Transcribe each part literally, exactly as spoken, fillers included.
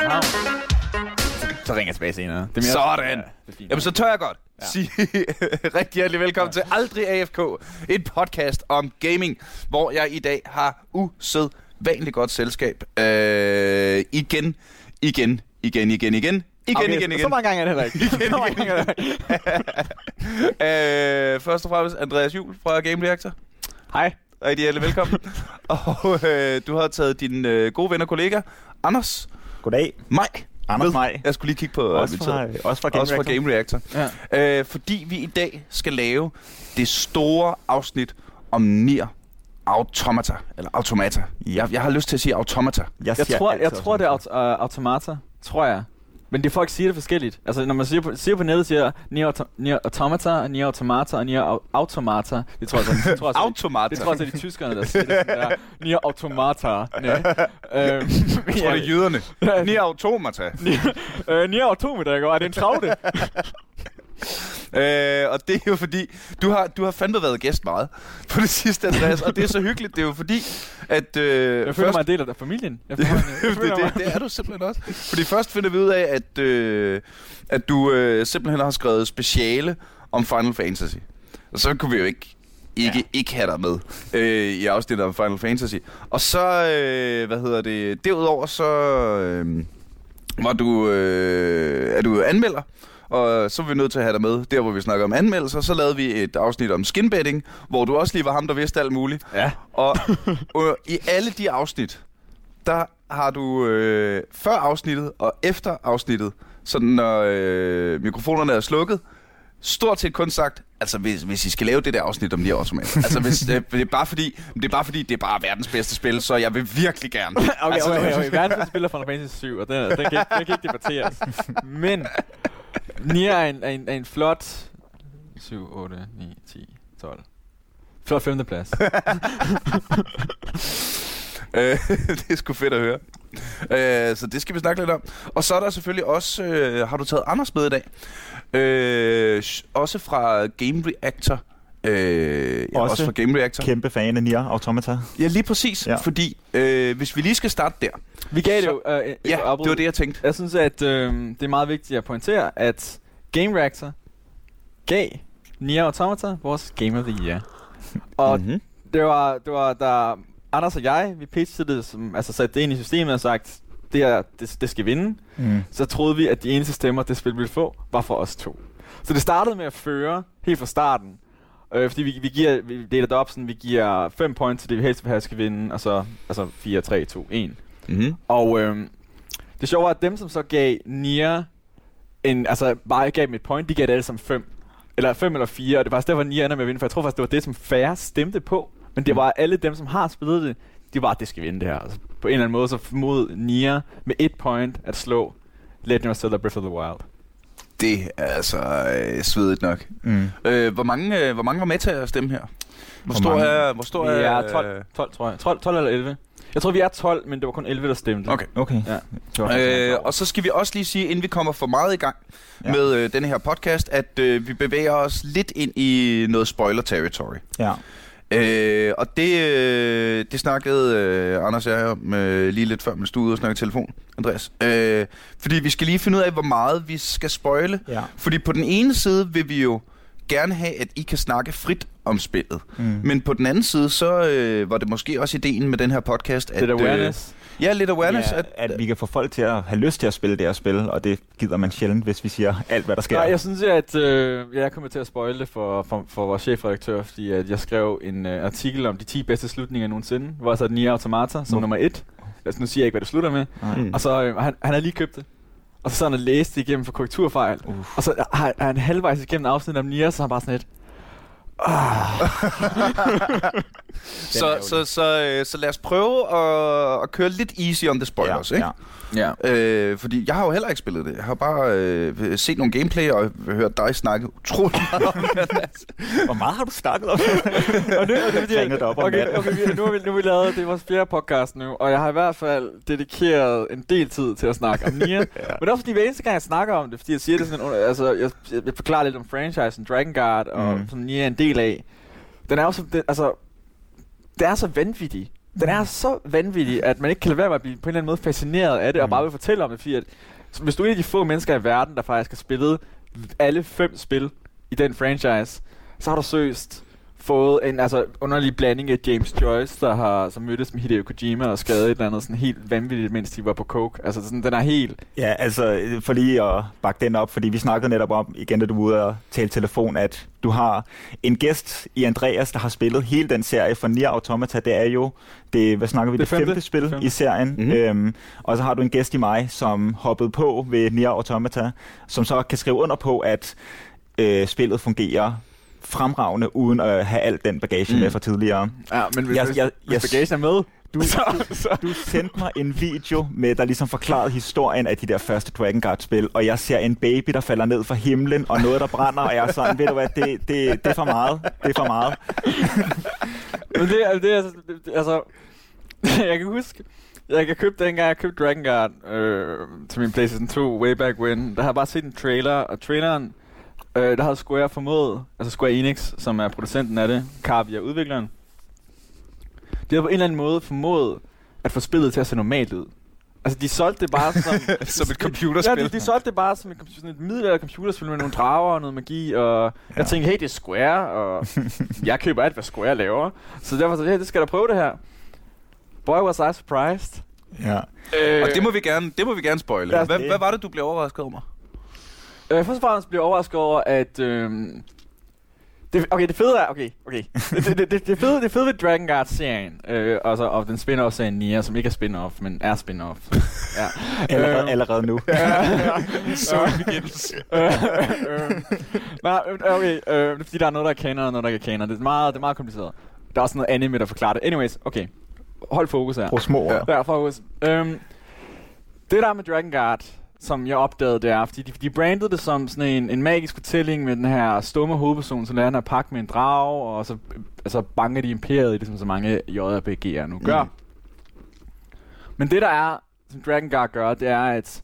København. Så, så ringer jeg tilbage senere. Det er mere, Sådan. Ja, jamen, så tør jeg godt ja. sige rigtig hjertelig velkommen ja. til Aldrig A F K. Et podcast om gaming, hvor jeg i dag har usædvanligt godt selskab. Øh, igen, igen, igen, igen, igen. Igen, okay, igen, igen. Så mange gange er det heller ikke. igen, igen, igen. øh, først og fremmest Andreas Juhl fra Game Reactor. Hej. Rigtig hjertelig velkommen. Og øh, du har taget din øh, gode ven og kollega, Anders. Goddag. Maj. Anders Maj. Jeg skulle lige kigge på også fra, også fra Game også Reactor. Fra Game Reactor. Ja. Øh, fordi vi i dag skal lave det store afsnit om Nier Automata. Eller Automata. Jeg, jeg har lyst til at sige Automata. Jeg, jeg, tror, jeg tror, det er aut- uh, Automata. Tror jeg. Men det folk siger det forskelligt. Altså, når man siger på, siger på nettet, siger Nier, auto, Nier Automata, Nier Automata og Nier Automata. Det tror jeg så, det tror jeg så, Automata. Det tror jeg så, de tyskerne, der siger det sådan der. Nier Automata. Nej. øhm, jeg tror, det er jyderne. Nier Automata. øh, Nier Automata, ikke? Er det en travle? Øh, og det er jo fordi du har, du har fandme været gæst meget på det sidste, Andreas. Og det er så hyggeligt. Det er jo fordi at øh, jeg føler først, mig en del af familien. Jeg det, det, det, det er du simpelthen også. Fordi først finder vi ud af At, øh, at du øh, simpelthen har skrevet speciale om Final Fantasy. Og så kunne vi jo ikke Ikke, ja. ikke have dig med øh, i afsnittet om Final Fantasy. Og så øh, Hvad hedder det derudover så øh, Var du øh, Er du anmelder. Og så var vi nødt til at have dig med der, hvor vi snakker om anmeldelser. Så lavede vi et afsnit om skinbetting, hvor du også lige var ham, der vidste alt muligt. Ja. Og øh, i alle de afsnit, der har du øh, før afsnittet og efter afsnittet, sådan når øh, mikrofonerne er slukket, stort set kun sagt, altså hvis, hvis I skal lave det der afsnit om Nier Automata. Altså hvis, øh, det er bare fordi, det er bare fordi det er bare verdens bedste spil, så jeg vil virkelig gerne. okay, altså, okay, okay, okay. Verdens bedste spil er Final Fantasy syv, og den, den, kan, den kan ikke debatteres. Men Nier er en, er en, er en flot syv, otte, ni, ti, tolv. Flot femteplads. øh, det er sgu fedt at høre. Øh, så det skal vi snakke lidt om. Og så er der selvfølgelig også, øh, har du taget Anders med i dag? Øh, også fra Game Reactor. Øh, ja, også, også fra Game Reactor. Kæmpe fan af Nier Automata. Ja, lige præcis. Ja. Fordi øh, hvis vi lige skal starte der. Vi gav så, det jo. Øh, ja, det var det, jeg tænkte. Jeg synes, at øh, det er meget vigtigt at pointere, at Game Reactor gav Nier Automata vores Game of the Year. Og mm-hmm. det var, det var der Anders og jeg, vi pitchede det, som, altså satte det ind i systemet og sagt, det, her, det, det skal vinde. Mm. Så troede vi, at de eneste stemmer, det spil ville få, var for os to. Så det startede med at føre helt fra starten. Øh, fordi vi, vi, giver, vi deler det op sådan, vi giver fem points til det, vi helst vil have skal vinde, og så altså fire, tre, to, et. Mm-hmm. Og øh, det sjove er, at dem, som så gav Nier en, altså bare gav dem et point, de gav det alle som fem. Eller fem eller fire, og det var faktisk derfor, Nier ender med at vinde, for jeg tror faktisk, det var det, som færre stemte på. Men det var alle dem, som har spillet det, de var, at det skal vinde det her. Altså, på en eller anden måde, så formod Nier med et point at slå Legend of Zelda Breath of the Wild. Det er altså øh, svedigt nok. Mm. Øh, hvor, mange, øh, hvor mange var med til at stemme her? Hvor, hvor stor er... Hvor stor vi er øh, tolv, tolv, tror jeg. tolv, tolv eller elleve. Jeg tror, vi er tolv, men det var kun elleve, der stemte. Okay. okay. Ja. Øh, og så skal vi også lige sige, inden vi kommer for meget i gang ja. med øh, denne her podcast, at øh, vi bevæger os lidt ind i noget spoiler territory. Ja. Øh, og det, øh, det snakkede øh, Anders og jeg om øh, lige lidt før, man stod ude og snakkede telefon, Andreas. Øh, fordi vi skal lige finde ud af, hvor meget vi skal spoile. Ja. Fordi på den ene side vil vi jo gerne have, at I kan snakke frit om spillet. Mm. Men på den anden side, så øh, var det måske også ideen med den her podcast, at... Lidt awareness. Øh, ja, lidt awareness. Ja, at, at vi kan få folk til at have lyst til at spille det her spil, og det gider man sjældent, hvis vi siger alt, hvad der sker. Nej, jeg synes, at øh, jeg kommer til at spoile det for, for, for vores chefredaktør, fordi at jeg skrev en øh, artikel om de ti bedste slutninger nogensinde, hvor jeg satte Nier Automata som mm. nummer et. Altså, nu siger jeg ikke, hvad det slutter med. Mm. Og så øh, han, han har lige købt det. Og så sådan at læse det igennem for korrekturfejl. Uh. Og så har han halvvejs igennem afsnittet om Nier, så han bare sådan et... Ah. så, så, så, så lad os prøve at, at køre lidt easy on the spoilers, ja, ikke? Ja. Ja. Øh, fordi jeg har jo heller ikke spillet det. Jeg har bare øh, set nogle gameplay og hørt dig snakke utroligt meget om det. Hvor meget har du snakket om? og nu, og det, det, op okay, okay, okay, nu har vi, nu har vi lavet, det er vores fjerde podcast nu, og jeg har i hvert fald dedikeret en del tid til at snakke om Nier. Ja. Men det er også fordi, hver eneste gang jeg snakker om det, fordi jeg siger det sådan, altså jeg, jeg forklarer lidt om franchisen Dragon Guard, og mm. som Nier er en del af. Den er jo så, det, altså, det er så vanvittigt. den er så vanvittig, at man ikke kan lade være med at blive på en eller anden måde fascineret af det, mm. og bare vil fortælle om det, fordi at, hvis du er en af de få mennesker i verden, der faktisk har spillet alle fem spil i den franchise, så har du søst fået en altså, underlig blanding af James Joyce, der har så mødtes med Hideo Kojima og skadet et eller andet sådan helt vanvittigt, mens de var på coke. Altså sådan, den er helt... Ja, altså for lige at bakke den op, fordi vi snakkede netop om, igen da du var ude og tale telefon, at du har en gæst i Andreas, der har spillet hele den serie for Nier Automata. Det er jo, det, hvad snakker vi, det, det femte, femte spil femte. i serien. Mm-hmm. Øhm, og så har du en gæst i mig, som hoppede på ved Nier Automata, som så kan skrive under på, at øh, spillet fungerer fremragende, uden at have alt den bagage mm. med fra tidligere. Ja, men hvis, jeg, jeg, hvis jeg, bagagen er med, du, så, så. du sendte mig en video med, der ligesom forklarede historien af de der første Dragon Guard-spil, og jeg ser en baby, der falder ned fra himlen, og noget, der brænder, og jeg er sådan, ved du hvad, det, det, det er for meget. Det er for meget. Men det, det er altså, altså jeg kan huske, jeg kan købe dengang jeg købte Dragon Guard øh, til min PlayStation to way back when, der har jeg bare set en trailer, og traileren Øh, der havde Square formået, altså Square Enix, som er producenten af det, Cavia udvikleren. De havde på en eller anden måde formået at få spillet til at se normalt ud. Altså, de solgte det bare som... som et computerspil. Ja, de, de solgte det bare som et, sådan et middelalder computerspil med nogle drager og noget magi, og ja. Jeg tænkte, hey, det er Square, og jeg køber alt, hvad Square laver. Så derfor så, hey, det skal der prøve det her. Boy, was I surprised. Ja. Øh, og det må vi gerne, det må vi gerne spoile. Hvad, hvad var det, du blev overrasket over? Øh, først og fremmest blev jeg overrasket over, at... Øh, det, okay, det fede er... Okay, okay. det, det, det, det, fede, det fede ved Dragon Guard-serien, øh, og, så, og den spin-off-serien Nier, som ikke er spin-off, men er spin-off. Ja. allerede, øh, allerede nu. Så begyndes. Nej, okay. Øh, det er fordi, der er noget, der er canon, og noget, der ikke er canon. Det er meget, det er meget kompliceret. Der er også noget anime, der forklarer det. Anyways, okay. Hold fokus her. Brug små. Ja, ja fokus. Øhm, det der med Dragon Guard, som jeg opdagede, det er, fordi de, de brandede det som sådan en, en magisk fortælling med den her stumme hovedperson, som lærer han at pakke med en drage, og så altså, banker de imperiet i det, som så mange J R P G'er nu gør. Mm. Men det der er, som Dragon Guard gør, det er, at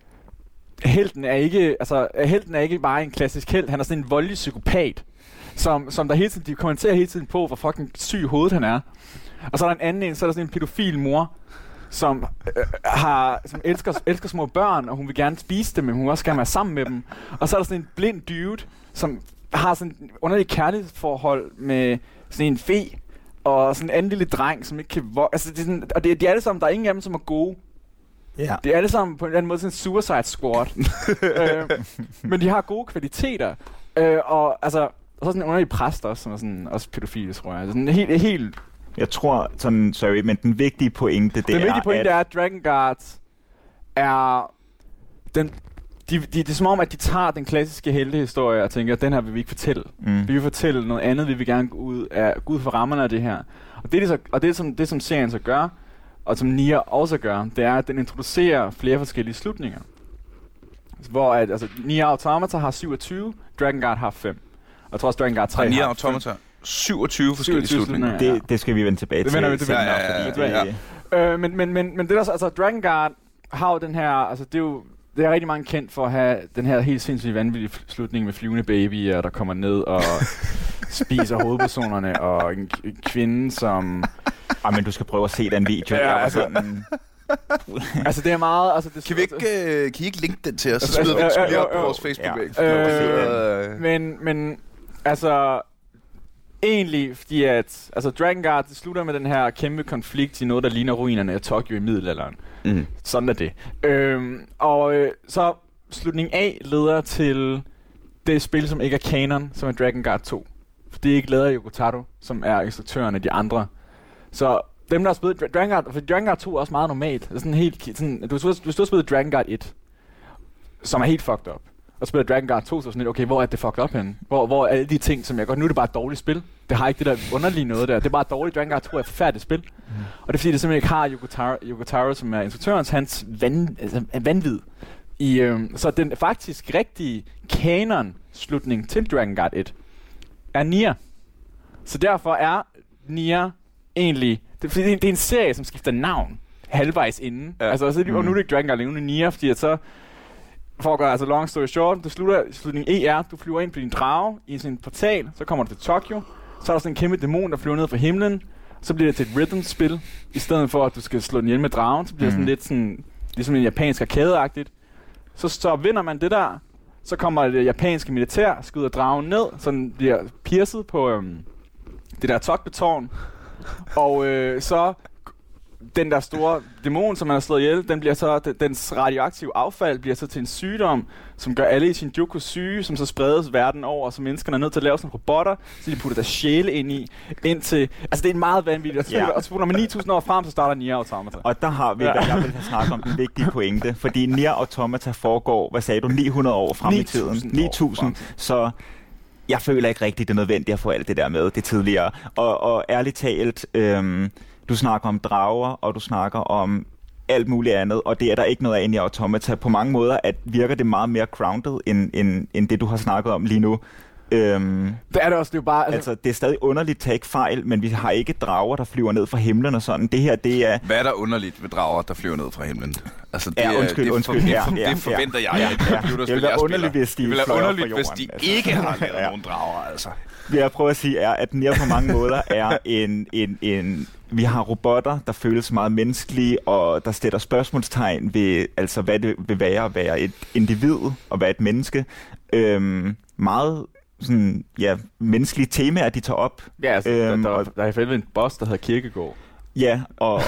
helten er ikke, altså, helten er ikke bare en klassisk helt, han er sådan en voldelig psykopat, som, som der hele tiden, de kommenterer hele tiden på, hvor fucking syg i hovedet han er. Og så er der en anden en, så er der sådan en pædofil mor, som øh, har som elsker elsker små børn, og hun vil gerne spise dem, men hun vil også gerne være sammen med dem. Og så er der sådan en blind dude, som har sådan en underlig kærlighedsforhold med sådan en fe og sådan en anden lille dreng, som ikke kan vo- altså det er sådan, og det, de er alle sammen, der er ingen af dem, som er gode. Ja. Det er alle sammen på en eller anden måde sådan en suicide squad. øh, men de har gode kvaliteter. Øh, og altså og så sådan en underlig præst også, som er sådan også pædofil, tror jeg. Sådan helt helt Jeg tror, sådan, sorry, men den vigtige pointe, det den er, vigtige pointe at... er, at Dragon Guard er... Den, de, de, det er som om, at de tager den klassiske heltehistorie og tænker, at den her vil vi ikke fortælle. Mm. Vi vil fortælle noget andet, vi vil gerne gå ud, af, gå ud for rammerne af det her. Og det, er det, så, og det, som, det, som serien så gør, og som Nier også gør, det er, at den introducerer flere forskellige slutninger. Hvor at, altså, Nier Automata har syvogtyve, Dragon Guard har fem. Og jeg tror også, Dragon Guard tre og har Nier Automata syvogtyve forskellige slutninger. Det, det skal vi vende tilbage det til. Vender vi til. Ja, ja, ja, ja, ja. Øh, men, men, men, men det der så, altså Dragon Guard har jo den her, altså det er jo, det er rigtig mange kendt for at have den her helt sindssygt vanvittige slutning med flyvende babyer, der kommer ned og spiser hovedpersonerne, og en, en kvinde, som... Ah, men du skal prøve at se den video. Ja, altså, sådan... altså det er meget... Altså, det kan vi ikke, øh, kan I ikke linke den til os, så smider vi den lige op på vores Facebook. Ja. Øh, men, men altså... Egentlig, fordi at altså Dragon Guard det slutter med den her kæmpe konflikt i noget, der ligner ruinerne af Tokyo i middelalderen. Mm. Sådan er det. Øhm, og øh, så slutning A leder til det spil, som ikke er canon, som er Dragon Guard to. For det er ikke lavet af Yoko Taro, som er instruktøren af de andre. Så dem, der har spillet Dra- Dragon Guard, for Dragon Guard to er også meget normalt. Det er sådan helt, sådan, du, hvis du har spillet Dragon Guard et, som er helt fucked up, og spiller Dragon Guard to, så sådan lidt, okay, hvor er det fucked up henne? Hvor, hvor er alle de ting, som jeg godt... Nu er det bare et dårligt spil. Det har ikke det der underlige noget der. Det er bare et dårligt. Dragon Guard to er et forfærdeligt spil. Mm. Og det er fordi, det simpelthen ikke har Yoko Taro, Yoko Taro som er instruktørens, hans van, altså, vanvid. I, øhm, så den faktisk rigtige canon-slutning til Dragon Guard et er Nier. Så derfor er Nier egentlig... Det, fordi det er en serie, som skifter navn halvvejs inden. Ja. Altså, så, mm. Og nu er det ikke Dragon Guard længere, Nier, fordi at så... For at gøre altså long story short, du slutter slutningen E R, du flyver ind på din drage i sin portal, så kommer du til Tokyo, så er der sådan en kæmpe dæmon, der flyver ned fra himlen, så bliver det til et rhythm-spil. I stedet for, at du skal slå den ihjel med dragen, så bliver det mm. sådan lidt sådan, ligesom en japansk arcade-agtigt. Så, så vinder man det der, så kommer det japanske militær, skyder dragen ned, så den bliver pierced på øhm, det der togtårn. Og øh, så den der store dæmon, som man har slået ihjel, den bliver så, dens radioaktive affald bliver så til en sygdom, som gør alle i Shinjuku syge, som så spredes verden over, så menneskerne er nødt til at lave sådan robotter, så de putter der sjæle ind i, indtil, altså det er en meget vanvittigt, ja. Og så putter man ni tusind år frem, så starter Nier Automata. Og der har vi, ja. hvad jeg vil have snakket om, den vigtige pointe, fordi Nier Automata foregår, hvad sagde du, ni hundrede år frem i tiden? ni tusind Så jeg føler ikke rigtigt, det er nødvendigt at få alt det der med, det tidligere. Og, og ærligt talt, øhm, du snakker om drager, og du snakker om alt muligt andet, og det er der ikke noget af inde i Automata. På mange måder at virker det meget mere grounded, end, end, end det, du har snakket om lige nu. Øhm, det er det også, det er jo bare... Altså, altså, det er stadig underligt, tag ikke fejl, men vi har ikke drager, der flyver ned fra himlen og sådan. Det her, det er... Hvad er der underligt ved drager, der flyver ned fra himlen? Altså, det, ja, undskyld, det, undskyld. For, Ja, det, ja, det forventer ja, jeg, ja, ja, ja. Det vil være underligt, hvis de Det vil være underligt, jorden, hvis de altså. ikke har lavet ja. nogen drager, altså. Det jeg prøver at sige er, at Nier på mange måder er en, en, en... Vi har robotter, der føles meget menneskelige, og der stiller spørgsmålstegn ved, altså, hvad det vil være at være et individ og være et menneske. Øhm, meget sådan, ja, menneskelige temaer, de tager op. Ja, altså, øhm, der, der, der er i hvert fald en boss, der hedder Kierkegaard. Ja, og...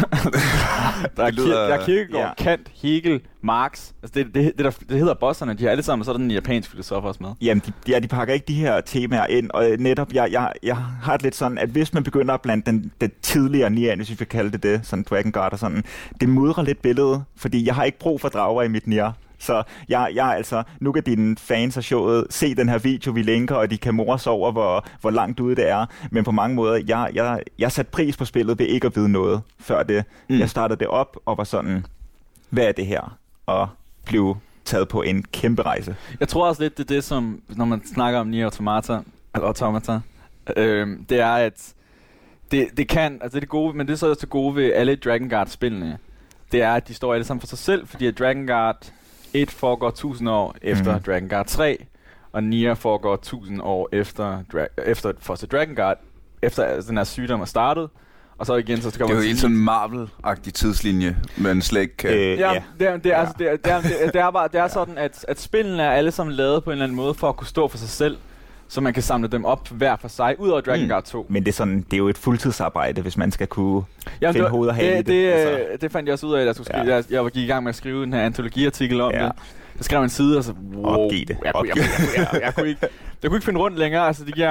der, er lyder, der er Kierkegaard, ja. Kant, Hegel, Marx. Altså det, det, det, der, det hedder bosserne, de har alle sammen, og så er der den japanske filosof også med. Jamen, de, ja, de pakker ikke de her temaer ind, og netop, jeg, jeg, jeg har det lidt sådan, at hvis man begynder at blande den, den tidligere Nier, hvis vi vil kalde det det, sådan Dragon Guard og sådan, det mudrer lidt billedet, fordi jeg har ikke brug for drager i mit Nier. Så jeg, jeg altså, nu kan dine fans af showet se den her video, vi linker, og de kan mores over, hvor, hvor langt ude det er. Men på mange måder, jeg, jeg, jeg satte pris på spillet ved ikke at vide noget før det. Mm. Jeg startede det op og var sådan, hvad er det her? Og blev taget på en kæmpe rejse. Jeg tror også lidt, det er det, som, når man snakker om Nier Automata, eller Automata, øh, det er, at det, det kan, altså det er det gode, men det er så også det gode ved alle Dragon Guard-spillene, det er, at de står alle sammen for sig selv, fordi at Dragon Guard et foregår tusind år efter mm. Dragon Guard tre, og Nier foregår tusind år efter, dra- efter første Dragon Guard, efter altså, den her sygdom er startet, og så igen, så skal man... Det er jo en sådan Marvel-agtig tidslinje, men slet ikke kan... Øh, ja, det er, det er, ja. Altså, det er, det er, det er, det er, bare, det er sådan, at, at spillene er alle sammen lavet på en eller anden måde for at kunne stå for sig selv, så man kan samle dem op hver for sig, ud over Dragon mm. Guard to. Men det er, sådan, det er jo et fuldtidsarbejde, hvis man skal kunne Jamen, finde hoved og hale det. Det, det, altså. det fandt jeg også ud af, at jeg, skulle skrive, ja. jeg, jeg gik i gang med at skrive den her antologiartikel om ja. det. Jeg skrev en side, og så... Wow, Opgiv det. Jeg, jeg, jeg, jeg, jeg, jeg, kunne ikke, jeg kunne ikke finde rundt længere. Altså, det giver...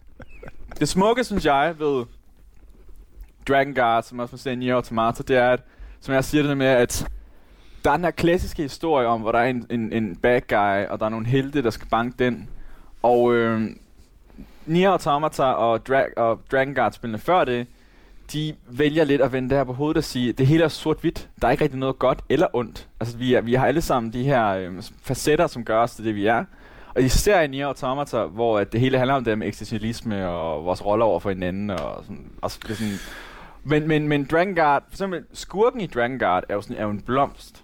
Det smukke, synes jeg, ved Dragon Guard, som også man ser i Nier Automata, det er, at, som jeg siger det med, at der er den her klassiske historie om, hvor der er en, en, en bad guy, og der er nogle helte, der skal banke den. Og øh, Nier Automata og, Dra- og Dragon Guard-spillene før det, de vælger lidt at vende det her på hovedet og sige, det hele er sort-hvidt. Der er ikke rigtig noget godt eller ondt. Altså, vi, er, vi har alle sammen de her øh, facetter, som gør os til det, vi er. Og især i Nier Automata, hvor at det hele handler om det med eksistentialisme og vores roller over for hinanden. Og sådan, og det sådan. Men, men, men Dragon Guard, for eksempel skurken i Dragon Guard, er jo, sådan, er jo en blomst.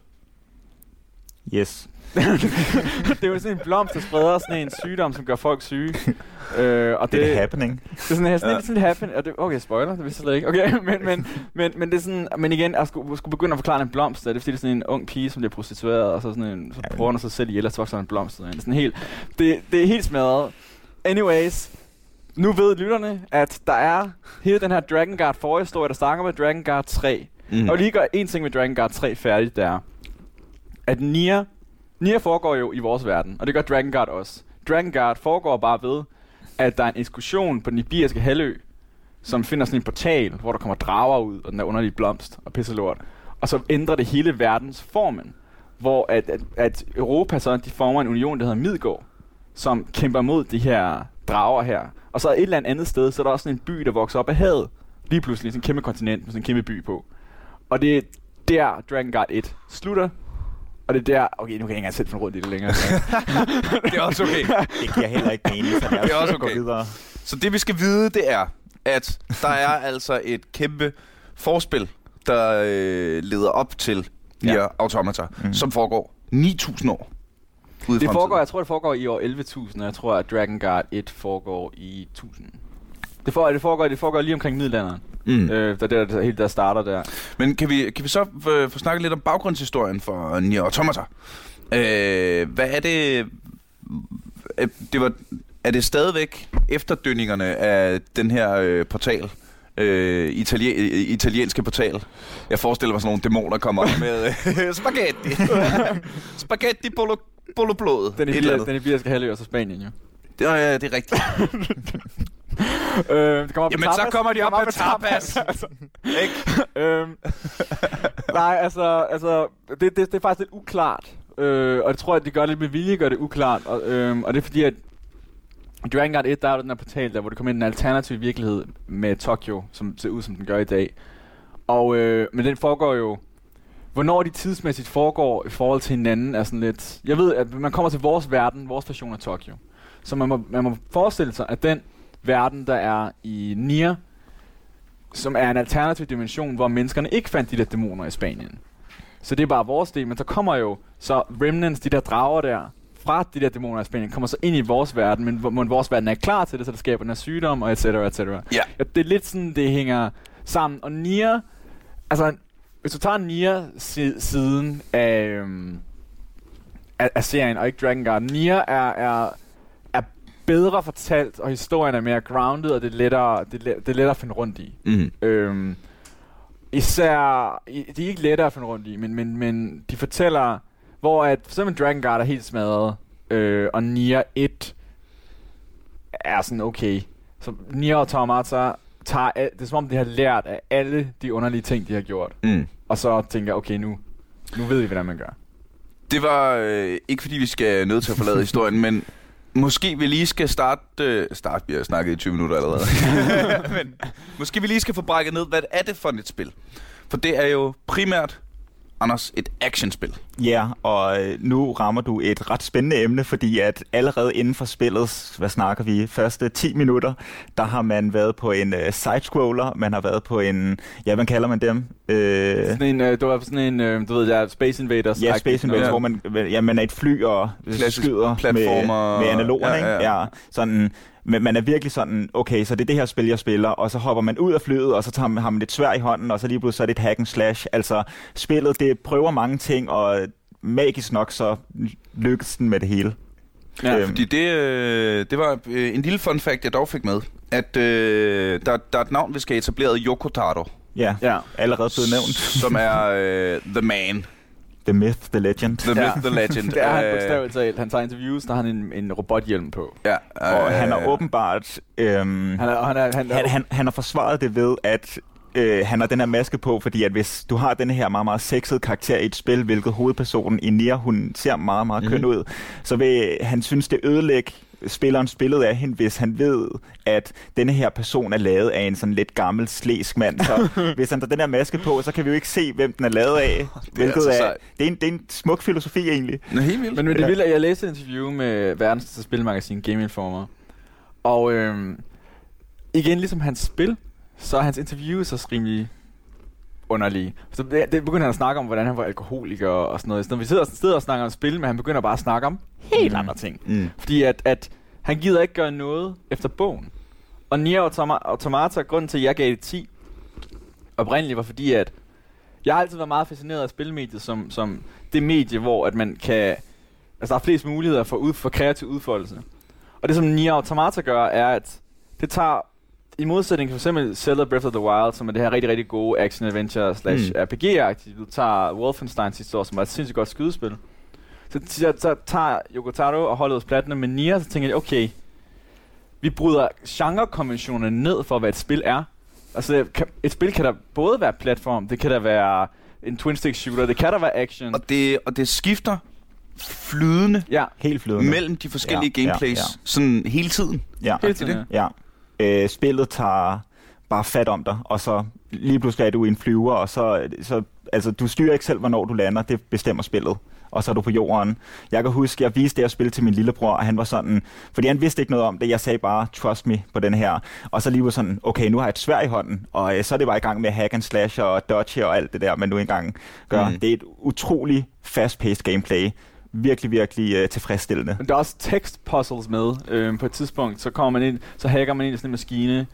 Yes. Det er jo sådan en blomst, der spreder sådan en sygdom, som gør folk syge. Øh, og det, det er happening. Det er sådan, sådan, ja. sådan happening. Og det, okay, spoiler, det vidste jeg slet ikke. Okay, men, men, men, men det er sådan, men igen, jeg skulle, jeg skulle begynde at forklare en blomst. Det er fordi, det er sådan en ung pige, som bliver prostitueret, og så, sådan en, så prøver hun sig selv ihjel, og så vokser en blomst. Det er, sådan helt, det, det er helt smadret. Anyways, nu ved lytterne, at der er hele den her Dragon Guard forhistorie, der starter med Dragon Guard tre. Mm. Jeg vil lige gøre en ting med Dragon Guard tre færdigt, der at Nier, Nier foregår jo i vores verden, og det gør Dragon Guard også. Dragon Guard foregår bare ved, at der er en ekskursion på den iberiske halvø, som finder sådan en portal, hvor der kommer drager ud, og den er underlige blomst og pisselort. Og så ændrer det hele verdens formen, hvor at, at, at Europa så de former en union, der hedder Midgård, som kæmper mod de her drager her. Og så et eller andet sted, så er der også sådan en by, der vokser op af havet. Lige pludselig sådan en kæmpe kontinent med sådan en kæmpe by på. Og det er der Dragon Guard et slutter. Og det er der... Okay, nu kan jeg ikke engang selv finde rundt i det længere. Det er også okay. Det giver heller ikke mening, så det er også okay. Videre. Så det vi skal vide, det er, at der er altså et kæmpe forspil, der øh, leder op til Nier ja. Automata, mm. som foregår ni tusind år ude i det foregår, jeg tror, det foregår i år elleve tusind, og jeg tror, at Dragon Guard et foregår i tusind. Det, for, det, foregår, det foregår lige omkring middelalderen. Mm. Øh, der, der, der, helt der starter der. Men kan vi, kan vi så få, få snakket lidt om baggrundshistorien for Nier Automata? Øh, hvad er det... Det var, er det stadigvæk efterdønningerne af den her øh, portal? Øh, italien, italienske portal. Jeg forestiller mig sådan nogle dæmoner kommer op med øh, spaghetti. Spaghetti bolo, bolo blod. Den i Iberiske halvø og så Spanien, jo. Det er, det er rigtigt. øh, Jamen tapas. Så kommer de op med tapas. tapas. altså. øhm, nej, altså, altså det, det, det er faktisk lidt uklart. Øh, og det tror jeg, at de gør lidt med vilje, gør det uklart. Og, øh, og det er fordi, at i Dragon Guard et, der er den her portal der, hvor det kommer ind en alternativ virkelighed med Tokyo, som ser ud, som den gør i dag. Og, øh, men den foregår jo... Hvornår de tidsmæssigt foregår i forhold til hinanden, er sådan lidt... Jeg ved, at man kommer til vores verden, vores version af Tokyo. Så man må, man må forestille sig, at den verden, der er i Nier, som er en alternativ dimension, hvor menneskerne ikke fandt de der dæmoner i Spanien. Så det er bare vores del, men så kommer jo så remnants, de der drager der, fra de der dæmoner i Spanien, kommer så ind i vores verden, men hvor vores verden er klar til det, så det skaber den her sygdom, og et cetera et cetera. Ja. Ja, det er lidt sådan, det hænger sammen. Og Nier, altså, hvis du tager Nier-siden af, øhm, af, af serien, og ikke Dragon Guard, Nier er, er, er bedre fortalt, og historien er mere grounded, og det er lettere, det er, det er lettere at finde rundt i. Mm. Øhm, især, de er ikke lettere at finde rundt i, men, men, men de fortæller, hvor at for eksempel Dragon Guard er helt smadret, øh, og Nier et er sådan okay. Så Nier Automata tager, al- det er som om de har lært af alle de underlige ting, de har gjort. Mm. Og så tænker jeg, okay, nu, nu ved vi, hvordan man gør. Det var øh, ikke fordi, vi skal nødt til at forlade historien, men måske vi lige skal starte... Øh, start, vi har snakket i tyve minutter allerede. Men måske vi lige skal få brækket ned, hvad er det for et spil? For det er jo primært, Anders, et actionspil. Ja, og nu rammer du et ret spændende emne, fordi at allerede inden for spillet, hvad snakker vi, første ti minutter, der har man været på en uh, side-scroller, man har været på en, ja, hvad kalder man dem? Uh, sådan en, uh, det var sådan en, uh, du ved, ja, Space Invaders. Ja, Space Invaders, ja. Hvor man, ja, man er et fly og Klassisk skyder platformer, med, med analogen, ja, ikke? ja, ja. Ja, sådan... Men man er virkelig sådan, okay, så det er det her spil, jeg spiller, og så hopper man ud af flyet, og så tager man, har man et sværd i hånden, og så lige pludselig så er det et hack and slash. Altså, spillet, det prøver mange ting, og magisk nok, så lykkes den med det hele. Ja, øhm. fordi det, øh, det var øh, en lille fun fact, jeg dog fik med, at øh, der, der er et navn, vi skal etablere, Yoko Taro. Ja, ja, allerede blevet nævnt. Som er øh, The Man. The Myth, The Legend. The Myth, The Legend. Det er han bogstaveligt talt. Han tager interviews, der har han en, en robothjelm på. Ja, øh, og han har åbenbart... Øhm, han, er, han, er, han, han, han, han har forsvaret det ved, at øh, han har den her maske på, fordi at hvis du har den her meget, meget sexede karakter i et spil, hvilket hovedpersonen i Nier, hun ser meget, meget køn ud, så vil han synes, det ødelægger spilleren spillet af hende, hvis han ved, at denne her person er lavet af en sådan lidt gammel, slæsk mand. Så hvis han tager den her maske på, så kan vi jo ikke se, hvem den er lavet af. Det er, altså er, det er, en, det er en smuk filosofi, egentlig. Nå, helt vildt. Men, men det er vildt, at jeg læste et interview med verdens spilmagasin Game Informer. Og øhm, igen, ligesom hans spil, så er hans interviews så rimelig underlige. Så det, det begynder han at snakke om, hvordan han var alkoholiker og sådan noget. Så når vi sidder, sidder og snakker om spil, men han begynder bare at snakke om helt mm. andre ting. Mm. Fordi at, at han gider ikke gøre noget efter bogen. Og Nier Automata, grunden til, at jeg gav det ti, oprindeligt var fordi, at jeg har altid været meget fascineret af spilmediet som, som det medie, hvor at man kan... Altså, der er flest muligheder for, ud, for kreativ udfoldelse. Og det, som Nier Automata gør, er, at det tager... I modsætning til for eksempel Zelda Breath of the Wild, som er det her rigtig, rigtig gode action-adventure slash R P G-agtigt. Du tager Wolfenstein sidste år, som var et sindssygt godt skydespil. Så, så, så tager Yoko Taro og holdet hos Platinum med Nier, så tænker jeg, okay, vi bryder genrekonventionerne ned for, hvad et spil er. Altså, et spil kan der både være platform, det kan der være en twin-stick shooter, det kan der være action. Og det, og det skifter flydende, ja. helt flydende mellem de forskellige ja, gameplays, ja, ja. Sådan hele tiden. Ja, hele tiden, ja. Øh, spillet tager bare fat om dig, og så lige pludselig er du i en flyver, og så, så altså, du styrer ikke selv, hvornår du lander, det bestemmer spillet. Og så er du på jorden. Jeg kan huske, jeg viste det at spille til min lillebror, og han var sådan, fordi han vidste ikke noget om det, jeg sagde bare, trust me på den her. Og så lige var sådan, okay, nu har jeg et sværd i hånden, og øh, så er det bare i gang med hack and slash og dodge og alt det der, man nu engang gør. Mm. Det er et utrolig fast-paced gameplay. Virkelig, virkelig øh, tilfredsstillende. Men der er også text puzzles med. Øh, på et tidspunkt, så kommer man ind, så hacker man ind i sådan en maskine,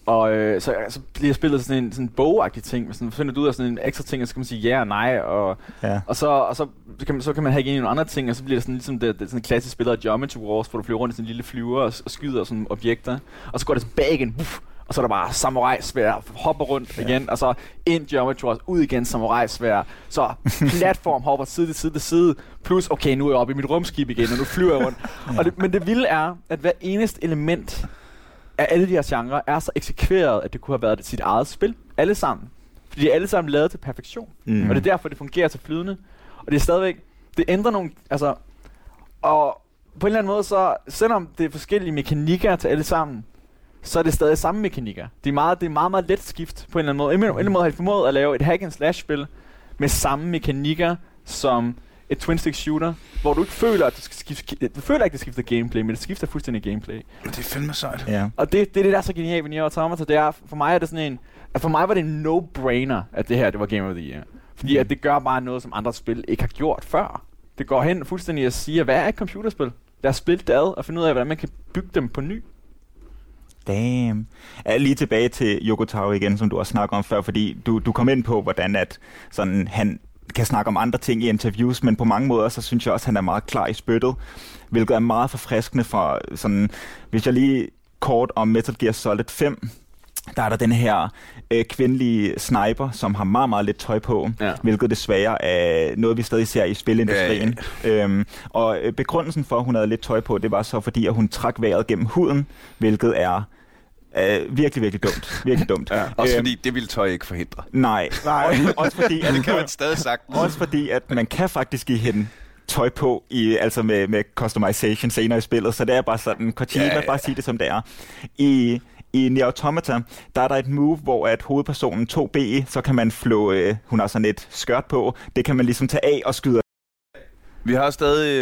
Og øh, så, så bliver spillet sådan en sådan bogagtig ting, sådan finder du ud af sådan en ekstra ting, og så kan man sige ja og nej, og, ja. og, så, og så, kan man, så kan man have igen i nogle andre ting, og så bliver det sådan ligesom det, det sådan klassisk spil af Geometry Wars, hvor du flyver rundt i sådan en lille flyver og, og skyder sådan objekter, og så går det tilbage igen, uff, og så er der bare samurai-svær, hopper rundt ja. igen, og så ind Geometry Wars, ud igen samurai-svær, så platform hopper side til side til side, plus okay, nu er jeg oppe i mit rumskib igen, og nu flyver jeg rundt. ja. og det, men det vilde er, at hver eneste element af alle de her genrer er så eksekveret, at det kunne have været sit eget spil. Alle sammen. Fordi de er alle sammen lavet til perfektion. Mm. Og det er derfor, det fungerer så flydende. Og det er stadigvæk... Det ændrer nogle... Altså... Og på en eller anden måde, så... Selvom det er forskellige mekanikker til alle sammen, så er det stadig samme mekanikker. Det er meget, det er meget, meget let skift på en eller anden måde. En eller anden måde har de formået at lave et hack-and-slash-spil med samme mekanikker som et twin-stick shooter, hvor du ikke føler, at du skal skifte, du føler ikke, det skifter gameplay, men det skifter fuldstændig gameplay. Det er fandme sejt. Ja. Og det, det er det, der er så genialt ved Nier Automata. Det er, for mig er det sådan en, at for mig var det en no-brainer, at det her, det var Game of the Year. Fordi mm. at det gør bare noget, som andre spil ikke har gjort før. Det går hen fuldstændig at sige, hvad er et computerspil? Lad os spille det ad, og finde ud af, hvordan man kan bygge dem på ny. Damn. Jeg lige tilbage til Yoko Taro igen, som du også snakker om før, fordi du, du kom ind på, hvordan at sådan, han kan snakke om andre ting i interviews, men på mange måder, så synes jeg også, at han er meget klar i spyttet, hvilket er meget forfriskende for sådan, hvis jeg lige kort om Metal Gear Solid fem, der er der den her øh, kvindelige sniper, som har meget, meget lidt tøj på, ja. Hvilket desværre er noget, vi stadig ser i spilindustrien. Ja, ja. Øhm, og begrundelsen for, at hun havde lidt tøj på, det var så fordi, at hun trak vejret gennem huden, hvilket er Uh, virkelig, virkelig dumt. Virkelig dumt. Ja, også øhm, fordi det ville tøj ikke forhindre. Nej. nej. Også fordi, at det kan man stadig sagt. Også fordi, at man kan faktisk give hende tøj på, i, altså med, med customization senere i spillet, så det er bare sådan, Kojima, ja, ja. bare sige det som det er. I, i Nier Automata, der er der et move, hvor at hovedpersonen to B, så kan man flå, øh, hun har sådan et skørt på, det kan man ligesom tage af og skyde. Vi har stadig,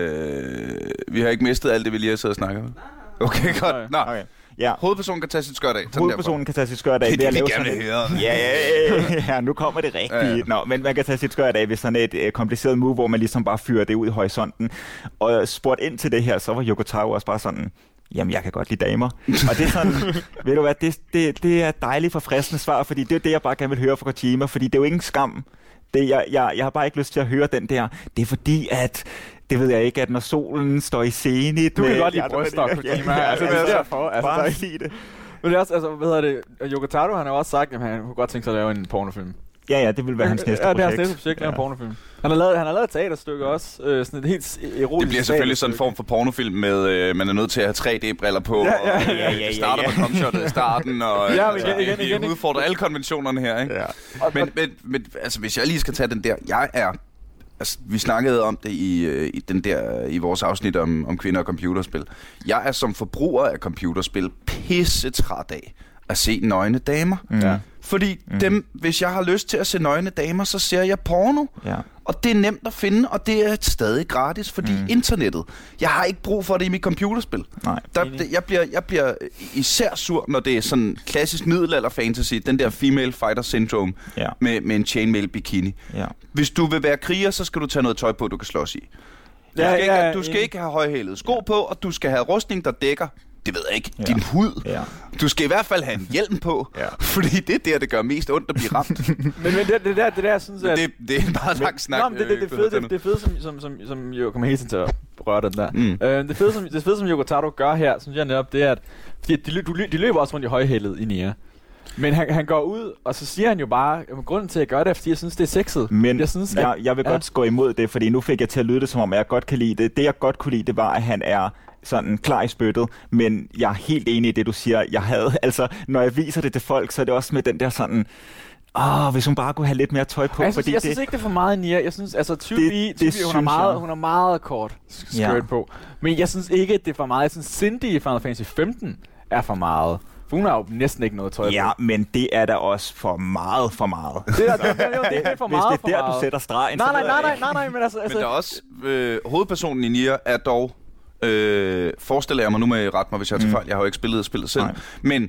øh, vi har ikke mistet alt det, vi lige har siddet og snakket om. Okay, godt. Nå. Okay. Ja. Hovedpersonen kan tage sit skørt af. Hovedpersonen kan tage sit skørt af. Det er det, vi gerne vil høre. Ja, ja, ja, ja, nu kommer det rigtigt. Ja, ja. Nå, men man kan tage sit skørt af ved sådan et uh, kompliceret move, hvor man ligesom bare fyrer det ud i horisonten. Og spurgt ind til det her, så var Yoko Taro også bare sådan, jamen, jeg kan godt lide damer. Og det er sådan, ved du hvad, det, det, det er dejligt forfriskende svar, fordi det er det, jeg bare gerne vil høre fra Kojima, fordi det er jo ingen skam. Det, jeg, jeg, jeg har bare ikke lyst til at høre den der. Det er fordi, at det ved jeg ikke, at når solen står i scene... Du kan godt lide bryster, Kojima. Ja, altså, det er derfor. Altså, bare ikke lide det. Men det er også, altså, hvad hedder det? Yoko Taro, han har også sagt, at han kunne godt tænke sig at lave en pornofilm. Ja, ja, det vil være hans næste projekt. Ja, det er hans næste projekt, at lave en pornofilm. Han har lavet, han har lavet et teaterstykke også, øh, sådan et helt erotisk. Det bliver selvfølgelig sådan en form for pornofilm med, øh, man er nødt til at have tre D-briller på, ja, ja, og ja, ja, det starter ja, ja. med comshotet i starten, og ja, altså, igen, igen, vi, igen, vi udfordrer alle konventionerne her, ikke? Ja. Men, men, men altså, hvis jeg lige skal tage den der, jeg er... Altså, vi snakkede om det i, i, den der, i vores afsnit om, om kvinder og computerspil. Jeg er som forbruger af computerspil pissetræt af at se nøgne damer. Mm. Ja. Fordi mm. dem, hvis jeg har lyst til at se nøgne damer, så ser jeg porno. Ja. Og det er nemt at finde, og det er stadig gratis, fordi mm. internettet. Jeg har ikke brug for det i mit computerspil. Nej. Der, det, jeg, bliver, jeg bliver især sur, når det er sådan klassisk middelalder fantasy, den der female fighter syndrome, ja. med, med en chainmail bikini. Ja. Hvis du vil være kriger, så skal du tage noget tøj på, du kan slås i. Du ja, skal, ja, ikke, du skal ja. ikke have højhælede sko på, og du skal have rustning, der dækker, det ved jeg ikke, ja. din hud. Ja. Du skal i hvert fald have en hjelm på, ja. fordi det er der, det gør mest ondt at blive ramt. men, men det, det der, det der, jeg synes, at... Det, det er en meget lang snak. Nå, men det, det, det, det, fede, det, det fede, som, som, som, som jo kommer hele tiden til at røre den der. Mm. Øh, det, fede, som, det fede, som Yoko Taro gør her, synes jeg netop, det er, at fordi de, de, de løber også rundt i højhældet i Nier. Men han, han går ud, og så siger han jo bare, at grunden til at gøre det er, fordi jeg synes, det er sexet. Men jeg, synes, jeg, at, jeg vil ja. godt gå imod det, fordi nu fik jeg til at lyde det, som om jeg godt kan lide det. Det, jeg godt kunne lide, det var, at han er sådan klar i spyttet, men jeg er helt enig i det, du siger. Jeg havde, altså, når jeg viser det til folk, så er det også med den der sådan... Åh, oh, hvis hun bare kunne have lidt mere tøj på. Jeg synes, fordi jeg det, synes ikke, det er for meget Nier. Jeg synes, altså, to det, B, det hun, har meget, hun har meget kort skirt ja. på. Men jeg synes ikke, at det er for meget. Jeg synes, Cindy i Final Fantasy femten er for meget. For hun har jo næsten ikke noget tøj på. Ja, men det er da også for meget for meget. Det er, det er, det er for meget Hvis det er der, meget. du sætter stregen. Nej, nej, nej, nej, nej, nej, men altså... Men der er også... Øh, hovedpersonen i Nier er dog... Øh, forestiller jeg mig nu med ret mig, hvis jeg har til fejl. Jeg har jo ikke spillet spillet selv. Nej. Men...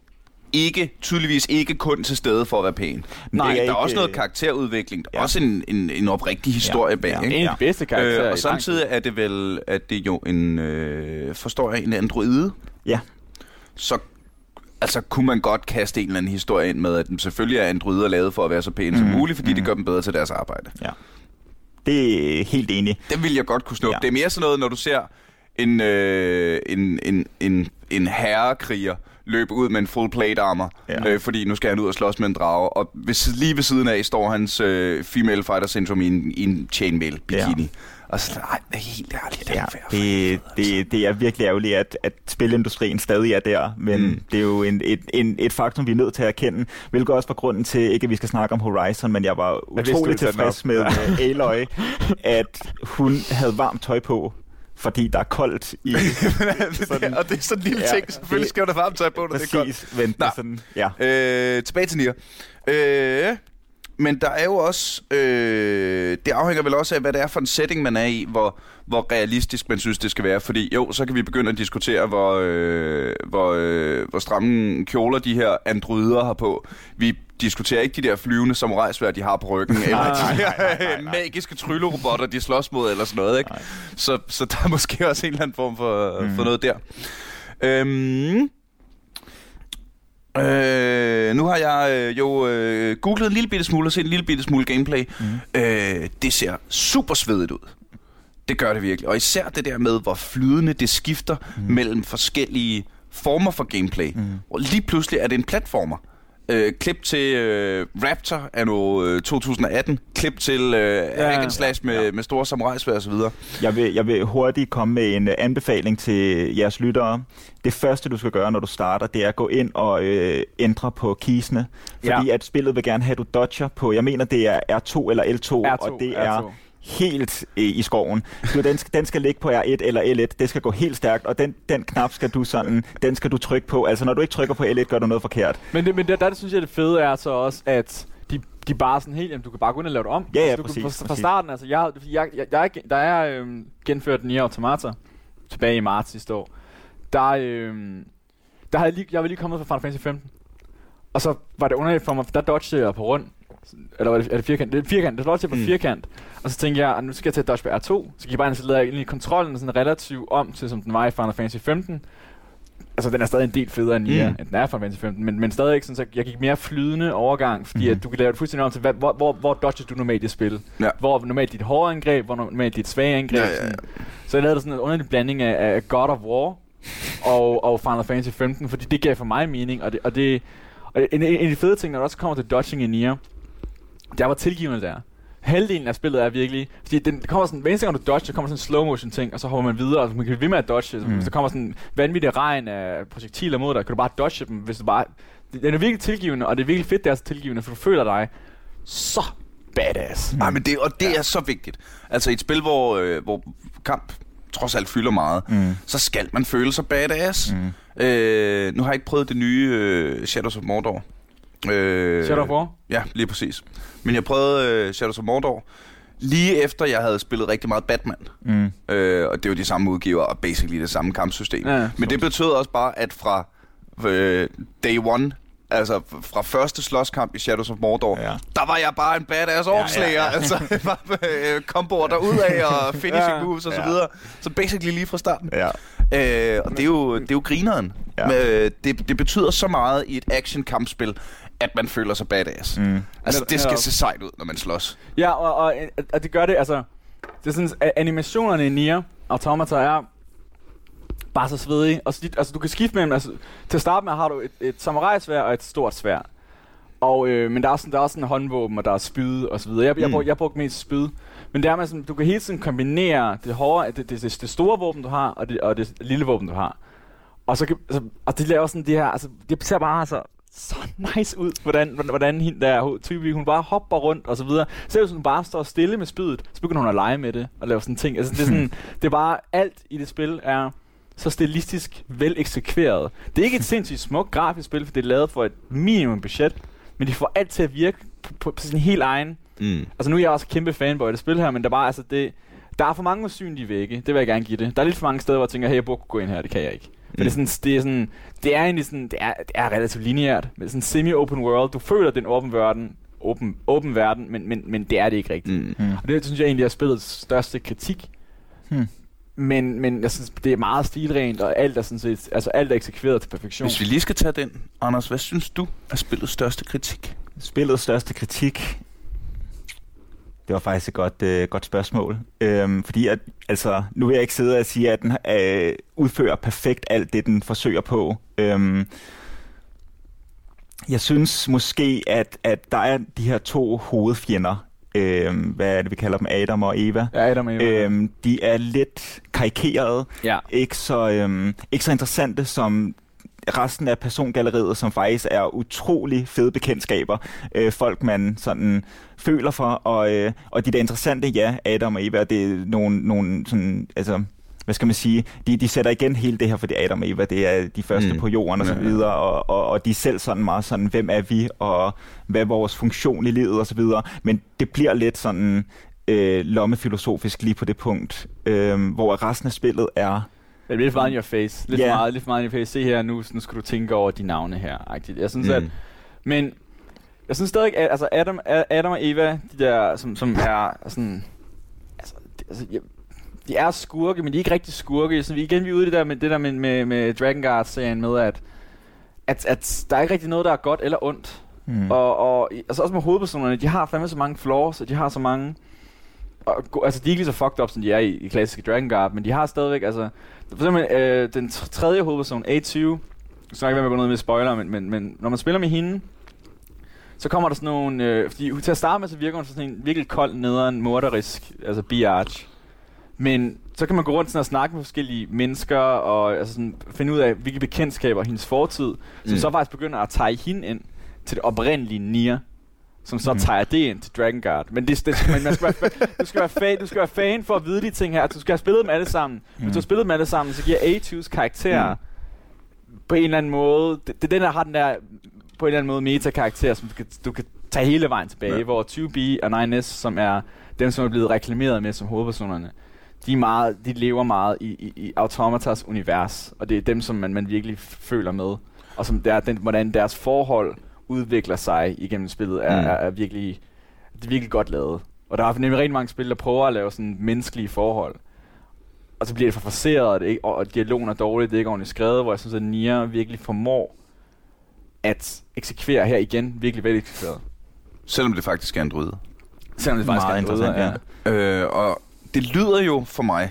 ikke, tydeligvis ikke kun til stede for at være pæn. Nej, der er ikke, også noget karakterudvikling. Der er ja. også en, en, en oprigtig historie ja, bag. Ja, ikke? En af de bedste karakterer. Øh, og samtidig er det vel, at det jo en, øh, forstår jeg, en androide. Ja. Så, altså kunne man godt kaste en eller anden historie ind med, at den selvfølgelig er androider lavet for at være så pæne mm. som muligt, fordi mm. det gør dem bedre til deres arbejde. Ja. Det er helt enig. Det vil jeg godt kunne snuppe. Ja. Det er mere sådan noget, når du ser en, øh, en, en, en, en herrekriger løbe ud med en full plate armor, ja. øh, fordi nu skal han ud og slås med en drage, og ved, lige ved siden af står hans øh, female fighter syndrome i en, i en chainmail bikini. Ja. Og så, nej, det er helt ærligt. Det, ja, er det, det, det er virkelig ærgerligt, at, at spilindustrien stadig er der, men mm. det er jo en, et, en, et faktum, vi er nødt til at erkende, hvilket også var grunden til, ikke at vi skal snakke om Horizon, men jeg var utroligt tilfreds med Aloy, at hun havde varmt tøj på, fordi der er koldt i... sådan, og det er sådan en lille ja, ting, selvfølgelig skal der varmt tøj på, når det er koldt. Vent, det sådan, ja. øh, tilbage til Nier. Øh, men der er jo også... Øh, det afhænger vel også af, hvad det er for en setting, man er i, hvor, hvor realistisk man synes, det skal være. Fordi jo, så kan vi begynde at diskutere, hvor, øh, hvor, øh, hvor stramme kjoler de her androider har på. Vi diskuterer ikke de der flyvende samurajsvær, de har på ryggen, eller nej, de nej, nej, nej, nej. magiske tryllerobotter, de slås mod, eller sådan noget, ikke? Så, så der er måske også en eller anden form for, mm. for noget der. Øhm, øh, nu har jeg øh, jo øh, googlet en lille bitte smule og set en lille bitte smule gameplay. Mm. Øh, det ser super svedigt ud. Det gør det virkelig. Og især det der med, hvor flydende det skifter mm. mellem forskellige former for gameplay. Mm. Og lige pludselig er det en platformer. Øh, klip til øh, Raptor er nu øh, to tusind atten. Klip til øh, ja, hack and slash med, ja. med store samurajsvær og så videre. Jeg vil, jeg vil hurtigt komme med en anbefaling til jeres lyttere. Det første, du skal gøre, når du starter, det er at gå ind og øh, ændre på keysene. Fordi ja. at spillet vil gerne have, at du dodger på, jeg mener, det er R to eller L to, R to og det R to. Er... helt øh, i skoven. Du, den, skal, den skal ligge på R et eller L et. Det skal gå helt stærkt, og den, den knap skal du sådan, den skal du trykke på. Altså, når du ikke trykker på L et, gør du noget forkert. Men det, men det, der det synes jeg, det fede er så også, at de, de bare sådan helt, jamen, du kan bare gå ind og lave det om. Ja, ja, altså, du præcis, kan, fra, præcis. fra starten, altså, jeg, jeg, jeg, jeg, der er øhm, genført Nier Automata tilbage i marts sidste år. Der, øhm, der havde jeg, lige, jeg var lige kommet fra Final Fantasy femten, og så var det underligt for mig, der dodgede jeg på rund. Eller er det, er det firkant? Det er firkant. Det er lov til på mm. firkant. Og så tænkte jeg, at nu skal jeg til at dodge på R to. Så gik jeg bare installere ind i kontrollen sådan relativt om til, som den var i Final Fantasy femten. Altså, den er stadig en del federe end Nier, mm. end den er i Final Fantasy femten. Men, men stadig ikke sådan, så jeg gik mere flydende overgang, fordi mm. at du kan lave det fuldstændig om til, hvad, hvor, hvor, hvor dodger du normalt i spil? Ja. Hvor normalt dit hårde angreb, hvor normalt dit svage angreb. Ja, ja, ja. Så jeg lavede sådan en underlig blanding af, af God of War og, og Final Fantasy femten, fordi det gav for mig mening. Og, det, og, det, og en, en af de fede ting, når det også kommer til dodging i Nier, der var tilgivende der. Halvdelen af spillet er virkelig... Fordi den kommer sådan... Hver eneste gang du dodger, så kommer sådan en slow motion ting, og så hopper man videre, og så man kan blive ved med at dodge. Mm. Så kommer sådan en vanvittig regn af projektiler mod dig, kan du bare dodge dem, hvis du bare... Den er virkelig tilgivende, og det er virkelig fedt, det er så tilgivende, for du føler dig så badass. Mm. Ej, men det, og det ja. er så vigtigt. Altså et spil, hvor, øh, hvor kamp trods alt fylder meget, mm. så skal man føle sig badass. Mm. Øh, nu har jeg ikke prøvet det nye øh, Shadows of Mordor. Øh, Shadow of War? Ja, lige præcis. Men jeg prøvede uh, Shadows of Mordor lige efter jeg havde spillet rigtig meget Batman. Mm. Øh, og det var de samme udgiver og basically det samme kampsystem. Ja, men det betød også bare, at fra uh, day one, altså fra første slåskamp i Shadows of Mordor, ja. der var jeg bare en badass orkslayer. Ja, ja, ja. Altså, bare komboer derudad og finishing ja, moves og så ja. videre. Så basically lige fra starten. Ja. Øh, og det er jo, det er jo grineren. Ja. Men, det, det betyder så meget i et action-kampspil, at man føler sig badass. Mm. Altså, det skal se sejt ud, når man slås. Ja, og, og, og det gør det, altså... Det er sådan, at animationerne i Nier Automata er bare så svedige. Og så, altså, du kan skifte mellem... Altså, til at starte med har du et, et samurajsværd og et stort sværd. Og, øh, men der er, sådan, der er også sådan en håndvåben, og der er spyd og så videre. Jeg, jeg, mm. jeg, jeg brugte mest spyd. Men det er med sådan, du kan hele tiden kombinere det hårde, det, det, det, det store våben, du har, og det, og det lille våben, du har. Og så kan, altså, og det laver sådan det her... Altså, det ser bare altså... så nice ud, hvordan, hvordan hende der type, hun bare hopper rundt og så videre. Selv hvis hun bare står stille med spydet, så begynder hun at lege med det og lave sådan ting. Altså, det er sådan, det er bare alt i det spil er så stilistisk vel eksekveret. Det er ikke et sindssygt smukt grafisk spil, for det er lavet for et minimum budget, men de får alt til at virke på, på, på sin helt egen. Mm. Altså nu er jeg også kæmpe fanboy af det spil her, men der bare altså det, der er for mange usynlige vægge. Det vil jeg gerne give det. Der er lidt for mange steder, hvor jeg tænker, hey, jeg burde kunne gå ind her, det kan jeg ikke. For mm. det er sådan, det er sådan, det er egentlig sådan, det er, det er relativt lineært, med sådan semi-open world. Du føler den åben verden, åben, åben verden, men, men, men det er det ikke rigtigt. Mm. Mm. Og det synes jeg egentlig er spillets største kritik. Hmm. Men, men jeg synes, det er meget stilrent, og alt er sådan set, altså alt er eksekveret til perfektion. Hvis vi lige skal tage den, Anders, hvad synes du er spillets største kritik? Spillets største kritik? Det var faktisk et godt, øh, godt spørgsmål. Øhm, fordi at, altså, nu vil jeg ikke sidde og sige, at den øh, udfører perfekt alt det, den forsøger på. Øhm, jeg synes måske, at, at der er de her to hovedfjender. Øhm, hvad er det, vi kalder dem? Adam og Eva. Ja, Adam og Eva. Øhm, de er lidt karikerede. Ja. Ikke så, øhm, ikke så interessante som resten af persongalleriet, som faktisk er utrolig fede bekendtskaber. Øh, folk, man sådan føler for, og, øh, og de der interessante, ja, Adam og Eva, det er nogle, nogle sådan, altså, hvad skal man sige, de, de sætter igen hele det her, fordi Adam og Eva, det er de første mm. på jorden og så videre, og, og, og de er selv sådan meget sådan, hvem er vi, og hvad er vores funktion i livet og så videre, men det bliver lidt sådan øh, lommefilosofisk lige på det punkt, øh, hvor resten af spillet er det er lidt for meget in your face. Lidt, yeah. for meget, lidt for meget in your face. Se her, nu, nu skal du tænke over de navne her. Jeg synes, mm. at... Men jeg synes stadig, at altså Adam, Adam og Eva, de der, som, som er sådan... Altså, de, altså jeg, de er skurke, men de er ikke rigtig skurke. Så vi igen vi er ude i det der med, det der med, med, med Dragon Guard-serien med, at, at, at der er ikke rigtig noget, der er godt eller ondt. Mm. Og, og altså også med hovedpersonerne, de har fandme så mange flaws, og de har så mange... Og, altså, de er ikke lige så fucked up, som de er i, i klassiske Dragon Guard, men de har stadigvæk, altså... For eksempel, øh, den tredje hovedperson, A tyve, jeg skal nok ikke være med at gå noget med spoiler, men, men, men når man spiller med hende, så kommer der sådan nogle... Øh, fordi til at starte med, så virker hun sådan en virkelig kold, nederen, morderisk, altså biatch. Men så kan man gå rundt sådan og snakke med forskellige mennesker, og altså sådan, finde ud af, hvilke bekendtskaber hendes fortid, som mm. så faktisk begynder at tage hende ind til det oprindelige Nier, som så mm. tager det ind til Dragon Guard. Men det, det, man, man skal være, du, skal være fan, du skal være fan for at vide de ting her. Du skal have spillet dem alle sammen. Mm. Hvis du har spillet dem alle sammen, så giver A tyves karakter mm. på en eller anden måde... Det, det er den, der har den der på en eller anden måde meta-karakter, som du kan, du kan tage hele vejen tilbage. Ja. Hvor to B og nine S, som er dem, som er blevet reklameret med som hovedpersonerne, de, er meget, de lever meget i, i, i Automatas univers. Og det er dem, som man, man virkelig føler med. Og som der, den, hvordan deres forhold udvikler sig igennem spillet, er, mm. er, er virkelig, det er virkelig godt lavet. Og der er nemlig rigtig mange spil, der prøver at lave sådan menneskelige forhold. Og så bliver det for forceret, og, det ikke, og dialogen er dårlig, det er ikke ordentligt skrevet, hvor jeg synes, at Nier virkelig formår at eksekvere her igen, virkelig vel eksekveret. Selvom det faktisk er en druide. Selvom det faktisk meget er en druide, ja. Øh, og det lyder jo for mig,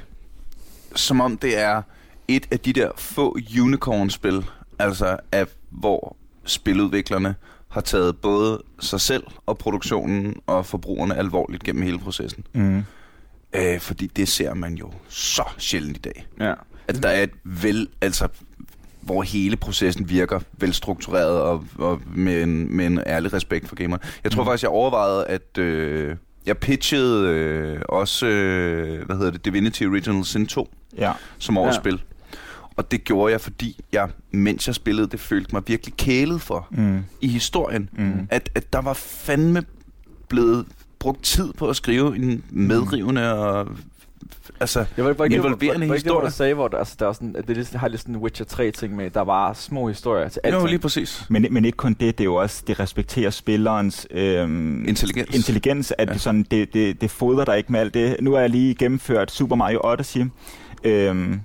som om det er et af de der få unicorn-spil, altså af hvor spiludviklerne har taget både sig selv og produktionen og forbrugerne alvorligt gennem hele processen. Mm. Øh, fordi det ser man jo så sjældent i dag. Ja. At der er et vel, altså hvor hele processen virker velstruktureret og, og med, en, med en ærlig respekt for gameren. Jeg tror mm. faktisk, jeg overvejede, at øh, jeg pitchede øh, også, øh, hvad hedder det, Divinity Original Sin to ja. som årets ja. spil. Og det gjorde jeg, fordi jeg, mens jeg spillede, det følte mig virkelig kælet for mm. i historien. Mm. At, at der var fandme blevet brugt tid på at skrive en medrivende og altså jeg var, var ikke involverende det, historie. Det, du sagde, hvor der, altså, der er sådan, at det har lidt sådan en Witcher tre ting med, der var små historier til alt. Jo, lige præcis. Men, men ikke kun det, det er jo også, det respekterer spillerens øhm, intelligens. intelligens, at ja. det, sådan, det, det, det fodrer der ikke med alt det. Nu har jeg lige gennemført Super Mario Odyssey, øhm,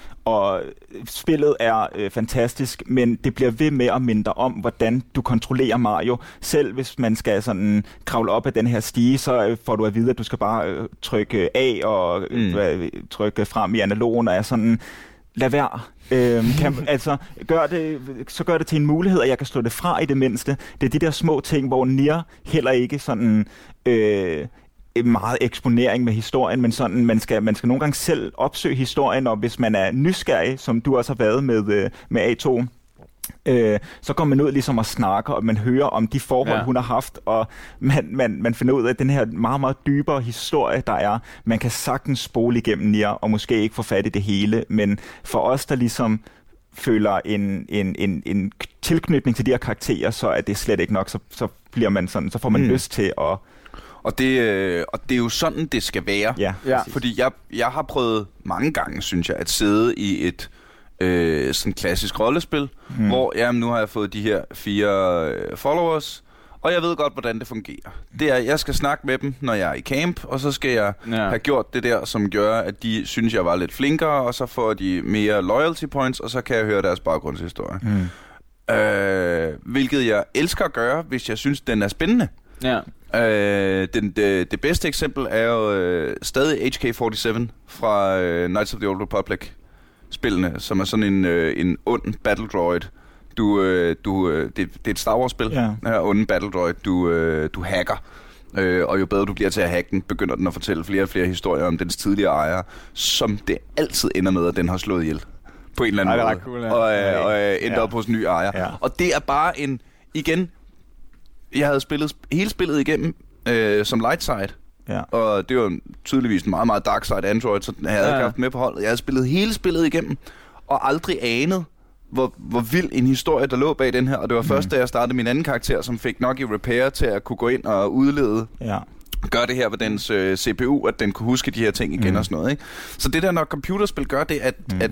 og spillet er øh, fantastisk, men det bliver ved med at minde dig om, hvordan du kontrollerer Mario. Selv hvis man skal sådan kravle op ad den her stige, så øh, får du at vide, at du skal bare øh, trykke A og øh, mm. trykke frem i analogen, og er sådan, lad være. Øhm, kan, altså, gør det, så gør det til en mulighed, at jeg kan slå det fra i det mindste. Det er de der små ting, hvor Nier heller ikke sådan... Øh, meget eksponering med historien, men sådan, man skal, man skal nogle gange selv opsøge historien, og hvis man er nysgerrig, som du også har været med, med A to, øh, så går man ud ligesom og snakker, og man hører om de forhold, ja. hun har haft, og man, man, man finder ud af den her meget, meget dybere historie, der er. Man kan sagtens spole igennem Nier, og måske ikke få fat i det hele, men for os, der ligesom føler en, en, en, en tilknytning til de her karakterer, så er det slet ikke nok, så, så bliver man sådan, så får man mm. lyst til at Og det, øh, og det er jo sådan, det skal være. Ja, ja. Fordi jeg, jeg har prøvet mange gange, synes jeg, at sidde i et øh, sådan klassisk rollespil, mm. hvor jamen, nu har jeg fået de her fire øh, followers, Og jeg ved godt, hvordan det fungerer. Det er, jeg skal snakke med dem, når jeg er i camp, og så skal jeg ja. have gjort det der, som gør, at de synes, jeg var lidt flinkere, og så får de mere loyalty points, og så kan jeg høre deres baggrundshistorie. Mm. Øh, hvilket jeg elsker at gøre, hvis jeg synes, den er spændende. Ja. Øh, den, det, det bedste eksempel er jo øh, stadig H K syvogfyrre fra øh, Knights of the Old Republic-spillene, som er sådan en, øh, en ond battle droid. Du, øh, du, øh, det, det er et Star Wars-spil, ja. Her onde battle droid, du, øh, du hacker. Øh, og jo bedre du bliver til at hacke den, begynder den at fortælle flere og flere historier om dens tidligere ejere, som det altid ender med, at den har slået ihjel. På en eller anden Ej, måde. Cool, ja. Og, øh, og øh, endte ja. op hos en ny ejer. Ja. Og det er bare en... Igen... Jeg havde spillet hele spillet igennem øh, som light side, ja. Og det var tydeligvis en meget, meget dark side Android, så jeg havde ja. ikke haft med på holdet. Jeg havde spillet hele spillet igennem, og aldrig anet, hvor, hvor vild en historie, der lå bag den her. Og det var mm. først, da jeg startede min anden karakter, som fik nok i repair til at kunne gå ind og udlede, ja. gøre det her ved dens øh, C P U, at den kunne huske de her ting igen mm. og sådan noget. Ikke? Så det der, når computerspil gør det, at, mm. at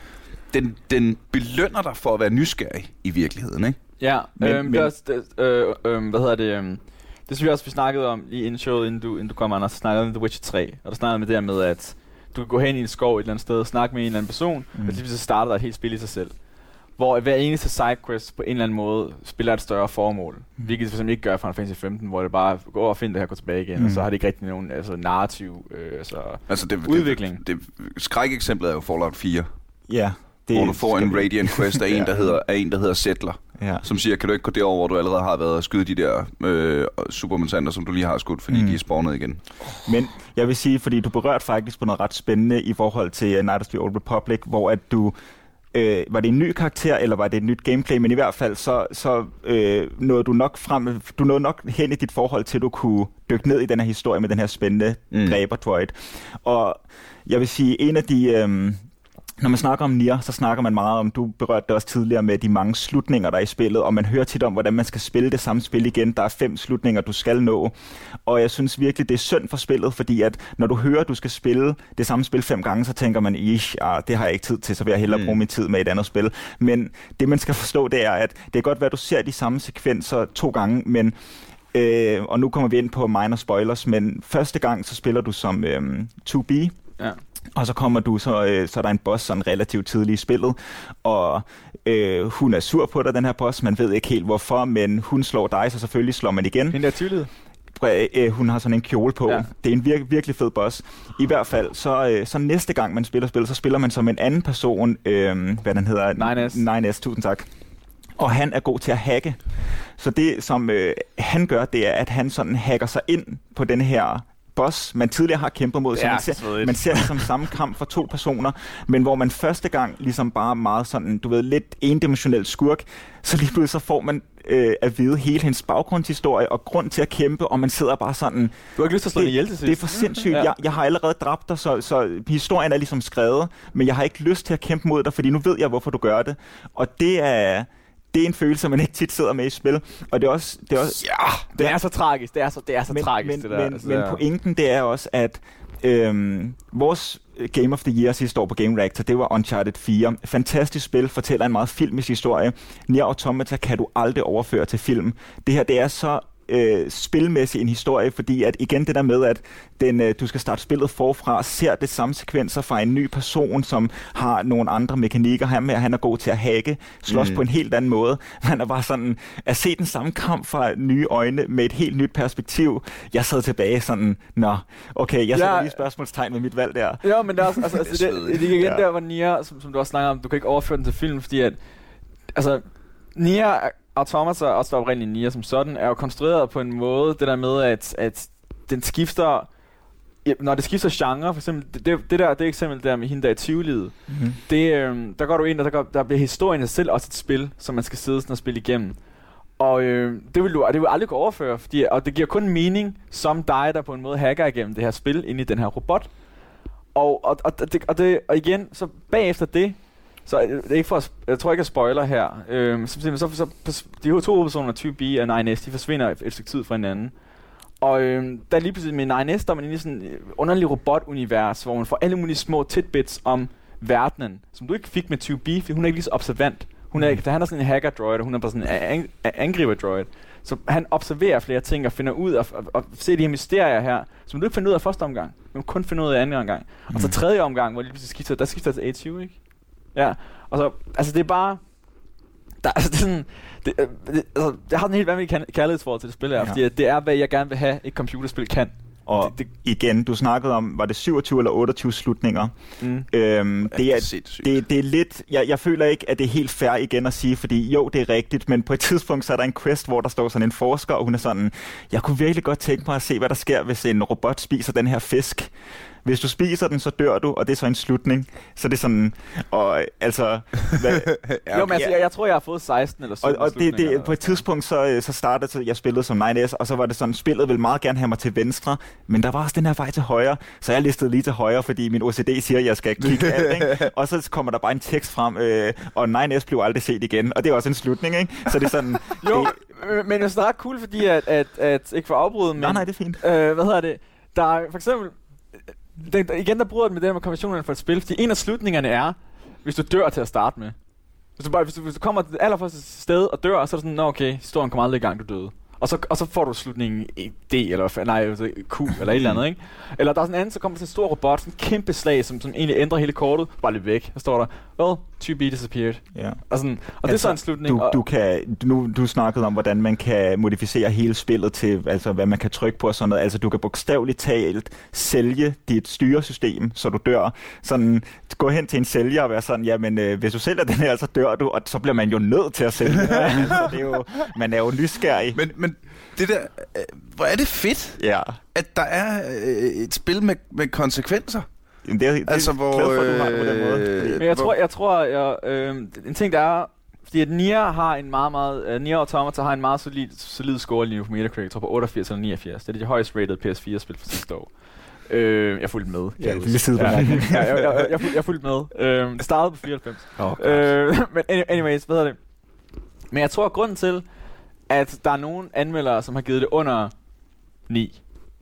den, den belønner dig for at være nysgerrig i virkeligheden, ikke? Ja, men, øhm, men, det også, det, øh, øh, hvad hedder det, øh, det synes vi også, vi snakkede om lige inden showet, inden du, inden du kom, Anders, snakkede om The Witcher tre, og der snakkede med det her med, at du kan gå hen i en skov et eller andet sted og snakke med en eller anden person, mm. og lige så starter der et helt spil i sig selv. Hvor hver eneste sidequest på en eller anden måde spiller et større formål, mm. hvilket for eksempel ikke gør Final Fantasy femten, hvor det bare går over og finder det her, går tilbage igen, mm. og så har det ikke rigtig nogen altså, narrativ øh, altså, altså det, udvikling. Det, det, skrækeksemplet er jo Fallout fire. Ja. Yeah. Det hvor du får en Radiant Quest af en, ja. der hedder, af en, der hedder Settler, ja. som siger, kan du ikke gå derover, hvor du allerede har været og skyde de der øh, supermutanter, som du lige har skudt, fordi mm. de er spawnet igen. Men jeg vil sige, fordi du berørte faktisk på noget ret spændende i forhold til uh, Knights of the Old Republic, hvor at du... Øh, var det en ny karakter, eller var det et nyt gameplay? Men i hvert fald, så, så øh, nåede du nok frem, du nåede nok hen i dit forhold til, at du kunne dykke ned i den her historie med den her spændende mm. dræber-droid. Og jeg vil sige, en af de... Øh, Når man snakker om Nier, så snakker man meget om, du berørte det også tidligere med de mange slutninger, der er i spillet, og man hører tit om, hvordan man skal spille det samme spil igen. Der er fem slutninger, du skal nå. Og jeg synes virkelig, det er synd for spillet, fordi at når du hører, at du skal spille det samme spil fem gange, så tænker man, ish, ah, det har jeg ikke tid til, så vil jeg hellere bruge min tid med et andet spil. Men det, man skal forstå, det er, at det er godt være, at du ser de samme sekvenser to gange, men... Øh, og nu kommer vi ind på minor spoilers, men første gang, så spiller du som øh, to B. Ja. Og så kommer du, så, øh, så er der en boss sådan relativt tidlig i spillet, og øh, hun er sur på dig, den her boss. Man ved ikke helt hvorfor, men hun slår dig, så selvfølgelig slår man igen. Hende er tydelig. Øh, hun har sådan en kjole på. Ja. Det er en vir- virkelig fed boss. I hvert fald, så, øh, så næste gang man spiller spil, så spiller man som en anden person, øh, hvad den hedder? nine S. nine S, tusind tak. Og han er god til at hacke. Så det, som øh, han gør, det er, at han sådan hacker sig ind på den her boss, man tidligere har kæmpet mod, så man ser, man ser det som samme kamp for to personer, men hvor man første gang ligesom bare meget sådan, du ved, lidt endimensionel skurk, så lige pludselig så får man øh, at vide hele hendes baggrundshistorie og grund til at kæmpe, og man sidder bare sådan... Du har ikke lyst til at slå det, ihjel til sidst. Det er for sindssygt. Ja. Jeg, jeg har allerede dræbt dig, så, så historien er ligesom skrevet, men jeg har ikke lyst til at kæmpe mod dig, fordi nu ved jeg, hvorfor du gør det. Og det er... Det er en følelse, man ikke tit sidder med i spil. Og det er også... Det er, også, ja, det er så tragisk. Det er så, det er så men, tragisk, men, det der. Men, altså, men pointen, det er også, at øhm, vores Game of the Year sidste år på Game Reactor, det var Uncharted fire. Fantastisk spil, fortæller en meget filmisk historie. Nier Automata kan du aldrig overføre til film. Det her, det er så... Øh, spilmæssig en historie, fordi at igen det der med, at den, øh, du skal starte spillet forfra, ser det samme sekvenser fra en ny person, som har nogle andre mekanikker her med, at han er god til at hacke, slås mm. på en helt anden måde. Man er bare sådan, at se den samme kamp fra nye øjne med et helt nyt perspektiv. Jeg sad tilbage sådan, nå, okay, jeg sætter ja. lige spørgsmålstegn med mit valg der. Ja, men der er også, altså, altså det, det, det igen ja. der, hvor Nier, som, som du også snakker om, du kan ikke overføre den til film, fordi at, altså, Nier Automata, også der oprindelige Nier som sådan, er jo konstrueret på en måde, det der med, at, at den skifter, når det skifter genre, for eksempel, det, det der, det eksempel der med hende, der er i Tivolivet, mm-hmm. det, øhm, der går du ind, og der, går, der bliver historien i sig selv også et spil, som man skal sidde sådan og spille igennem. Og øh, det vil du det vil aldrig kunne overføre, fordi, og det giver kun mening, som dig, der på en måde hacker igennem det her spil, ind i den her robot. Og, og, og, det, og, det, og igen, så bagefter det, så det er ikke for at, jeg tror ikke, jeg spoiler her. Øhm, så, så, så, så, de her to hovedpersoner, to B og nine S, de forsvinder et, et stykke tid fra hinanden. Og øhm, der er lige pludselig med nine S, der er man inde i sådan et underligt robotunivers, hvor man får alle mulige små tidbits om verdenen, som du ikke fik med to B, for hun er ikke lige så observant. Hun er, mm. han er sådan en hacker-droid, og hun er bare sådan en angriber-droid. Så han observerer flere ting og finder ud af og, og ser de her mysterier her, som du ikke finder ud af første omgang, men kun finder ud af anden omgang. Mm. Og så tredje omgang, hvor de pludselig skifter, der skifter til A tyve, ikke? Ja, og så, altså det er bare, der, altså det er sådan, det, det, altså, jeg har en helt vanvittig kærlighedsforhold til det spil her, ja. Fordi det er, hvad jeg gerne vil have, et computerspil kan. Og det, det, igen, du snakkede om, var det syvogtyve eller otteogtyve slutninger? Mm. Øhm, det, er, det, det er lidt, jeg, jeg føler ikke, at det er helt fair igen at sige, fordi jo, det er rigtigt, men på et tidspunkt så er der en quest, hvor der står sådan en forsker, og hun er sådan, jeg kunne virkelig godt tænke mig at se, hvad der sker, hvis en robot spiser den her fisk. Hvis du spiser den, så dør du, og det er så en slutning. Så det er sådan, og altså... Hvad, ja, jo, men altså, jeg, jeg tror, jeg har fået seksten eller sytten og, og det, det, på et tidspunkt, så, så startede så jeg spillede som nine S, og så var det sådan, spillet ville meget gerne have mig til venstre, men der var også den her vej til højre, så jeg listede lige til højre, fordi min O C D siger, at jeg skal kigge alt, ikke? Og så kommer der bare en tekst frem, øh, og nine S blev aldrig set igen, og det er også en slutning, ikke? Så det er sådan... jo, det, men det er ret cool, fordi at, at, at ikke for afbrydet, men... Nej, nej, det er fint. Øh, hvad hedder det? Der er for eksempel... Den, igen, der bryder den med det med konventionerne for et spil, fordi en af slutningerne er, hvis du dør til at starte med. Hvis du, bare, hvis du, hvis du kommer til det allerførste sted og dør, så er det sådan, nå okay, historien kommer aldrig i gang, du døde. Og så, og så får du slutningen i D, eller nej, Q, eller et eller andet, ikke? Eller der er sådan en anden, så kommer der sådan en stor robot, sådan en kæmpe slag, som, som egentlig ændrer hele kortet, bare lidt væk. Der står der, well, to be disappeared. Ja. Og, sådan, og altså, det er så en slutning. Du, du kan, nu, du snakkede om, hvordan man kan modificere hele spillet til, altså hvad man kan trykke på og sådan noget. Altså du kan bogstaveligt talt sælge dit styresystem, så du dør. Sådan, gå hen til en sælger og være sådan, jamen øh, hvis du sælger den her, så dør du, og så bliver man jo nødt til at sælge den. Altså, det er jo, man er jo nysgerrig. Men, men det der, øh, hvor er det fedt, ja. At der er øh, et spil med, med konsekvenser. Jamen, det er, det altså, er hvor, glad for, at du har det på den måde. Men jeg tror, jeg tror, jeg, øh, en ting der er, fordi at Nier har en meget, meget, uh, Nier Automata har en meget solid, solid score lige nu på Metacritic, jeg tror på otteogfirs eller niogfirs. Det er det højst rated P S fire-spil for sidste år. Øh, jeg fulgte med. Ja, det er side på ja, ja, jeg, jeg, jeg, jeg fulgte med. Øh, det startede på fireoghalvfems. Oh, øh, men anyways, hvad hedder det? Men jeg tror, at grunden til, at der er nogle anmeldere, som har givet det under ni.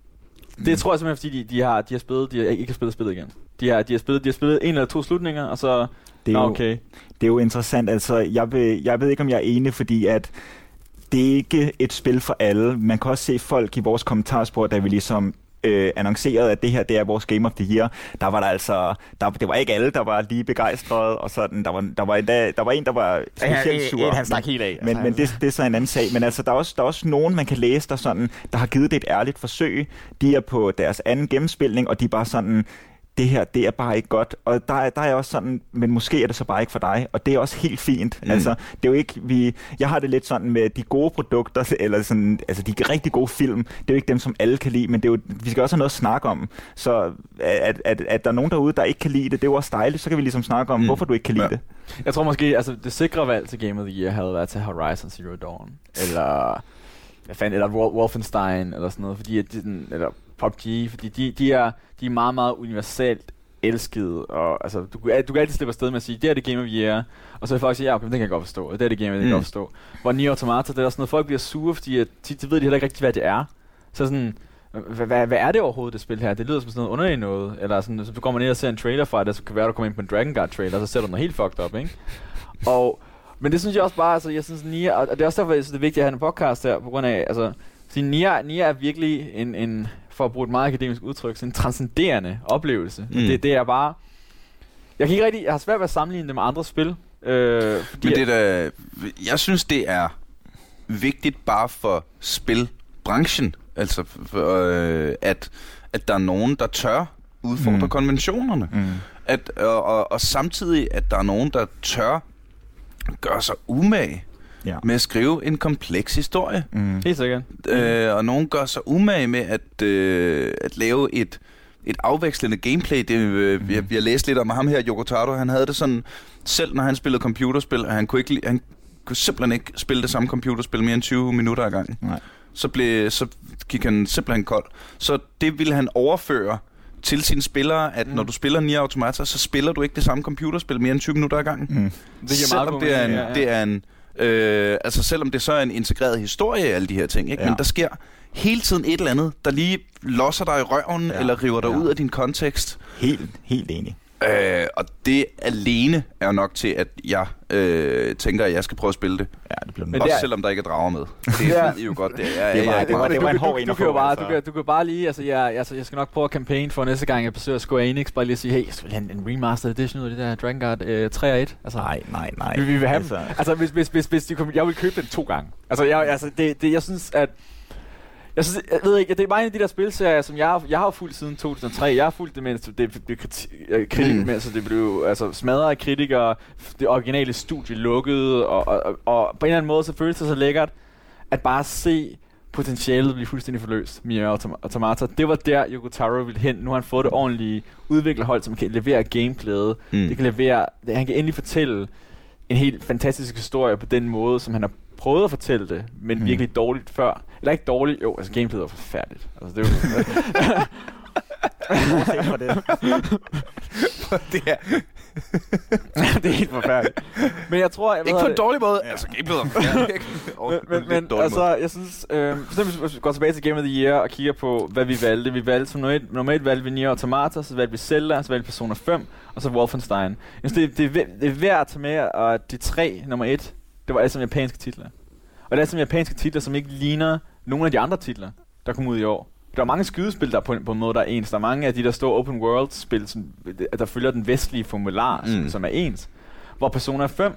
Mm. Det tror jeg simpelthen, fordi de, de har de har spillet, de har ikke har spillet spillet igen. De har de har spillet de har spillet en eller to slutninger, og så det er nå, jo, okay. Det er jo interessant. Altså, jeg ved, jeg ved ikke om jeg er enig, fordi at det er ikke et spil for alle. Man kan også se folk i vores kommentarspor, der vi ligesom øh, annoncerede, at det her det er vores Game of the Year. Der var der altså, der, det var ikke alle, der var lige begejstrede, og sådan. Der var, der var, en, der, der var en, der var specielt sur. Han stak helt af. Men, men det, det er så en anden sag. Men altså, der er også, der er også nogen, man kan læse, der sådan, der har givet det et ærligt forsøg. De er på deres anden gennemspilning, og de er bare sådan, det her, det er bare ikke godt. Og der, der er også sådan, men måske er det så bare ikke for dig. Og det er også helt fint. Mm. Altså, det er jo ikke, vi, jeg har det lidt sådan med de gode produkter, eller sådan, altså de rigtig gode film, det er jo ikke dem, som alle kan lide, men det er jo, vi skal også have noget at snakke om. Så at, at, at der er nogen derude, der ikke kan lide det, det er jo også dejligt, så kan vi ligesom snakke om, mm. hvorfor du ikke kan lide ja. det. Jeg tror måske, altså det sikre valg til Game of the Year havde været til Horizon Zero Dawn, eller hvad fanden, eller Wolfenstein, eller sådan noget, fordi at de, eller P U B G, fordi de, de, er, de er meget, meget universelt elskede, og altså, du, du kan altid slippe afsted med at sige, det er det Game of the Year, og så vil folk sige, ja, okay, det kan jeg godt forstå, det er det Game of the Year, mm. jeg kan godt forstå. Hvor Nier Automata, det er sådan noget, folk bliver sure, fordi at, de, de ved de heller ikke rigtig, hvad det er. Så sådan, hvad, hvad, hvad er det overhovedet, det spil her? Det lyder som sådan noget underligt noget, eller sådan, så du kommer ned og ser en trailer fra det, så kan være, du kommer ind på en Dragon Guard trailer, og så ser du noget helt fucked up, ikke? Og, men det synes jeg også bare, altså, jeg synes, Nier, og det er også derfor, jeg synes, det er vigtigt at have en podcast her, på grund af, altså, fordi Nier, Nier er virkelig en, en, for at bruge et meget akademisk udtryk, sådan en transcenderende oplevelse. Mm. Det, det er bare, jeg kan ikke rigtig, jeg har svært ved at sammenligne det med andre spil. Øh, fordi Men det der, jeg synes, det er vigtigt bare for spilbranchen, altså for, øh, at, at der er nogen, der tør udfordre mm. konventionerne. Mm. At, og, og, og samtidig, at der er nogen, der tør gøre sig umage ja. med at skrive en kompleks historie. Mm. Helt sikkert. Øh, og nogen gør sig umage med at, øh, at lave et, et afvekslende gameplay. Det, øh, mm. vi, har, vi har læst lidt om ham her, Yoko Taro. Han havde det sådan, selv når han spillede computerspil, han kunne, ikke, han kunne simpelthen ikke spille det samme computerspil mere end tyve minutter ad gangen. Nej. Så, blev, så gik han simpelthen kold. Så det ville han overføre til sine spillere, at mm. når du spiller Nier Automata, så spiller du ikke det samme computerspil mere end tyve minutter ad gangen. Mm. Det selvom det er en, ja, ja. det er en øh, altså selvom det så er en integreret historie af alle de her ting, ikke? Ja. Men der sker hele tiden et eller andet, der lige losser dig i røven, ja. eller river dig ja. ud af din kontekst. Helt, helt enig. Øh, og det alene er nok til, at jeg øh, tænker, at jeg skal prøve at spille det. Ja, det bliver også det er, selvom der ikke er drager med. Det ved I jo godt, det er. Det var, jeg, det var, det var en hård en du, at du, få. bare, Altså. du, kan, du kan bare lige, altså jeg, altså jeg skal nok prøve at campaign for næste gang, jeg besøger Square Enix, bare lige at sige, hey, jeg skal have en, en remastered edition ud af det der Dragon Guard øh, tre og et. Altså, Nej, nej, nej. Vi, vi vil have altså. dem. Altså hvis, hvis, hvis, hvis de kom, jeg vil købe den to gange. Altså jeg, altså det, det, jeg synes, at Jeg, synes, jeg ved ikke, det er bare en af de der spilserier, som jeg, jeg har fulgt siden to tusind og tre. Jeg har fulgt det, mens det blev kritik, mm. mens det blev altså, smadret af kritikere, det originale studie lukkede, og, og, og, og på en eller anden måde så føles det så lækkert, at bare se potentialet blive fuldstændig forløst, Nier Automata. Det var der, Yoko Taro ville hen. Nu har han fået det ordentlige udviklerhold, som kan levere gameplayet. Mm. Det kan levere, det, han kan endelig fortælle en helt fantastisk historie på den måde, som han har prøvet at fortælle det, men mm. virkelig dårligt før. Eller ikke dårligt, jo, altså gameplayet var forfærdeligt. Altså, det er jo... det er... det er helt forfærdeligt. Men jeg tror... Jeg ikke på en det. dårlig måde. Ja. Altså, gameplayet var forfærdeligt. men men, men altså, jeg synes... Øh, hvis vi går tilbage til Game of the Year og kigger på, hvad vi valgte. Vi valgte som normalt, normalt valgte vi Nier Automata, så valgte vi Zelda, så valgte vi Persona fem, og så Wolfenstein. Jeg synes, det, det, det er værd at tage med, at de tre, nummer et, det var alle sammen japanske titler. Og det er alle sammen japanske titler, som ikke ligner nogle af de andre titler, der kom ud i år. Der er mange skydespil, der på en, på en måde, der er ens. Der er mange af de der store open world-spil, som, der følger den vestlige formular, mm. som, som er ens. Hvor Persona fem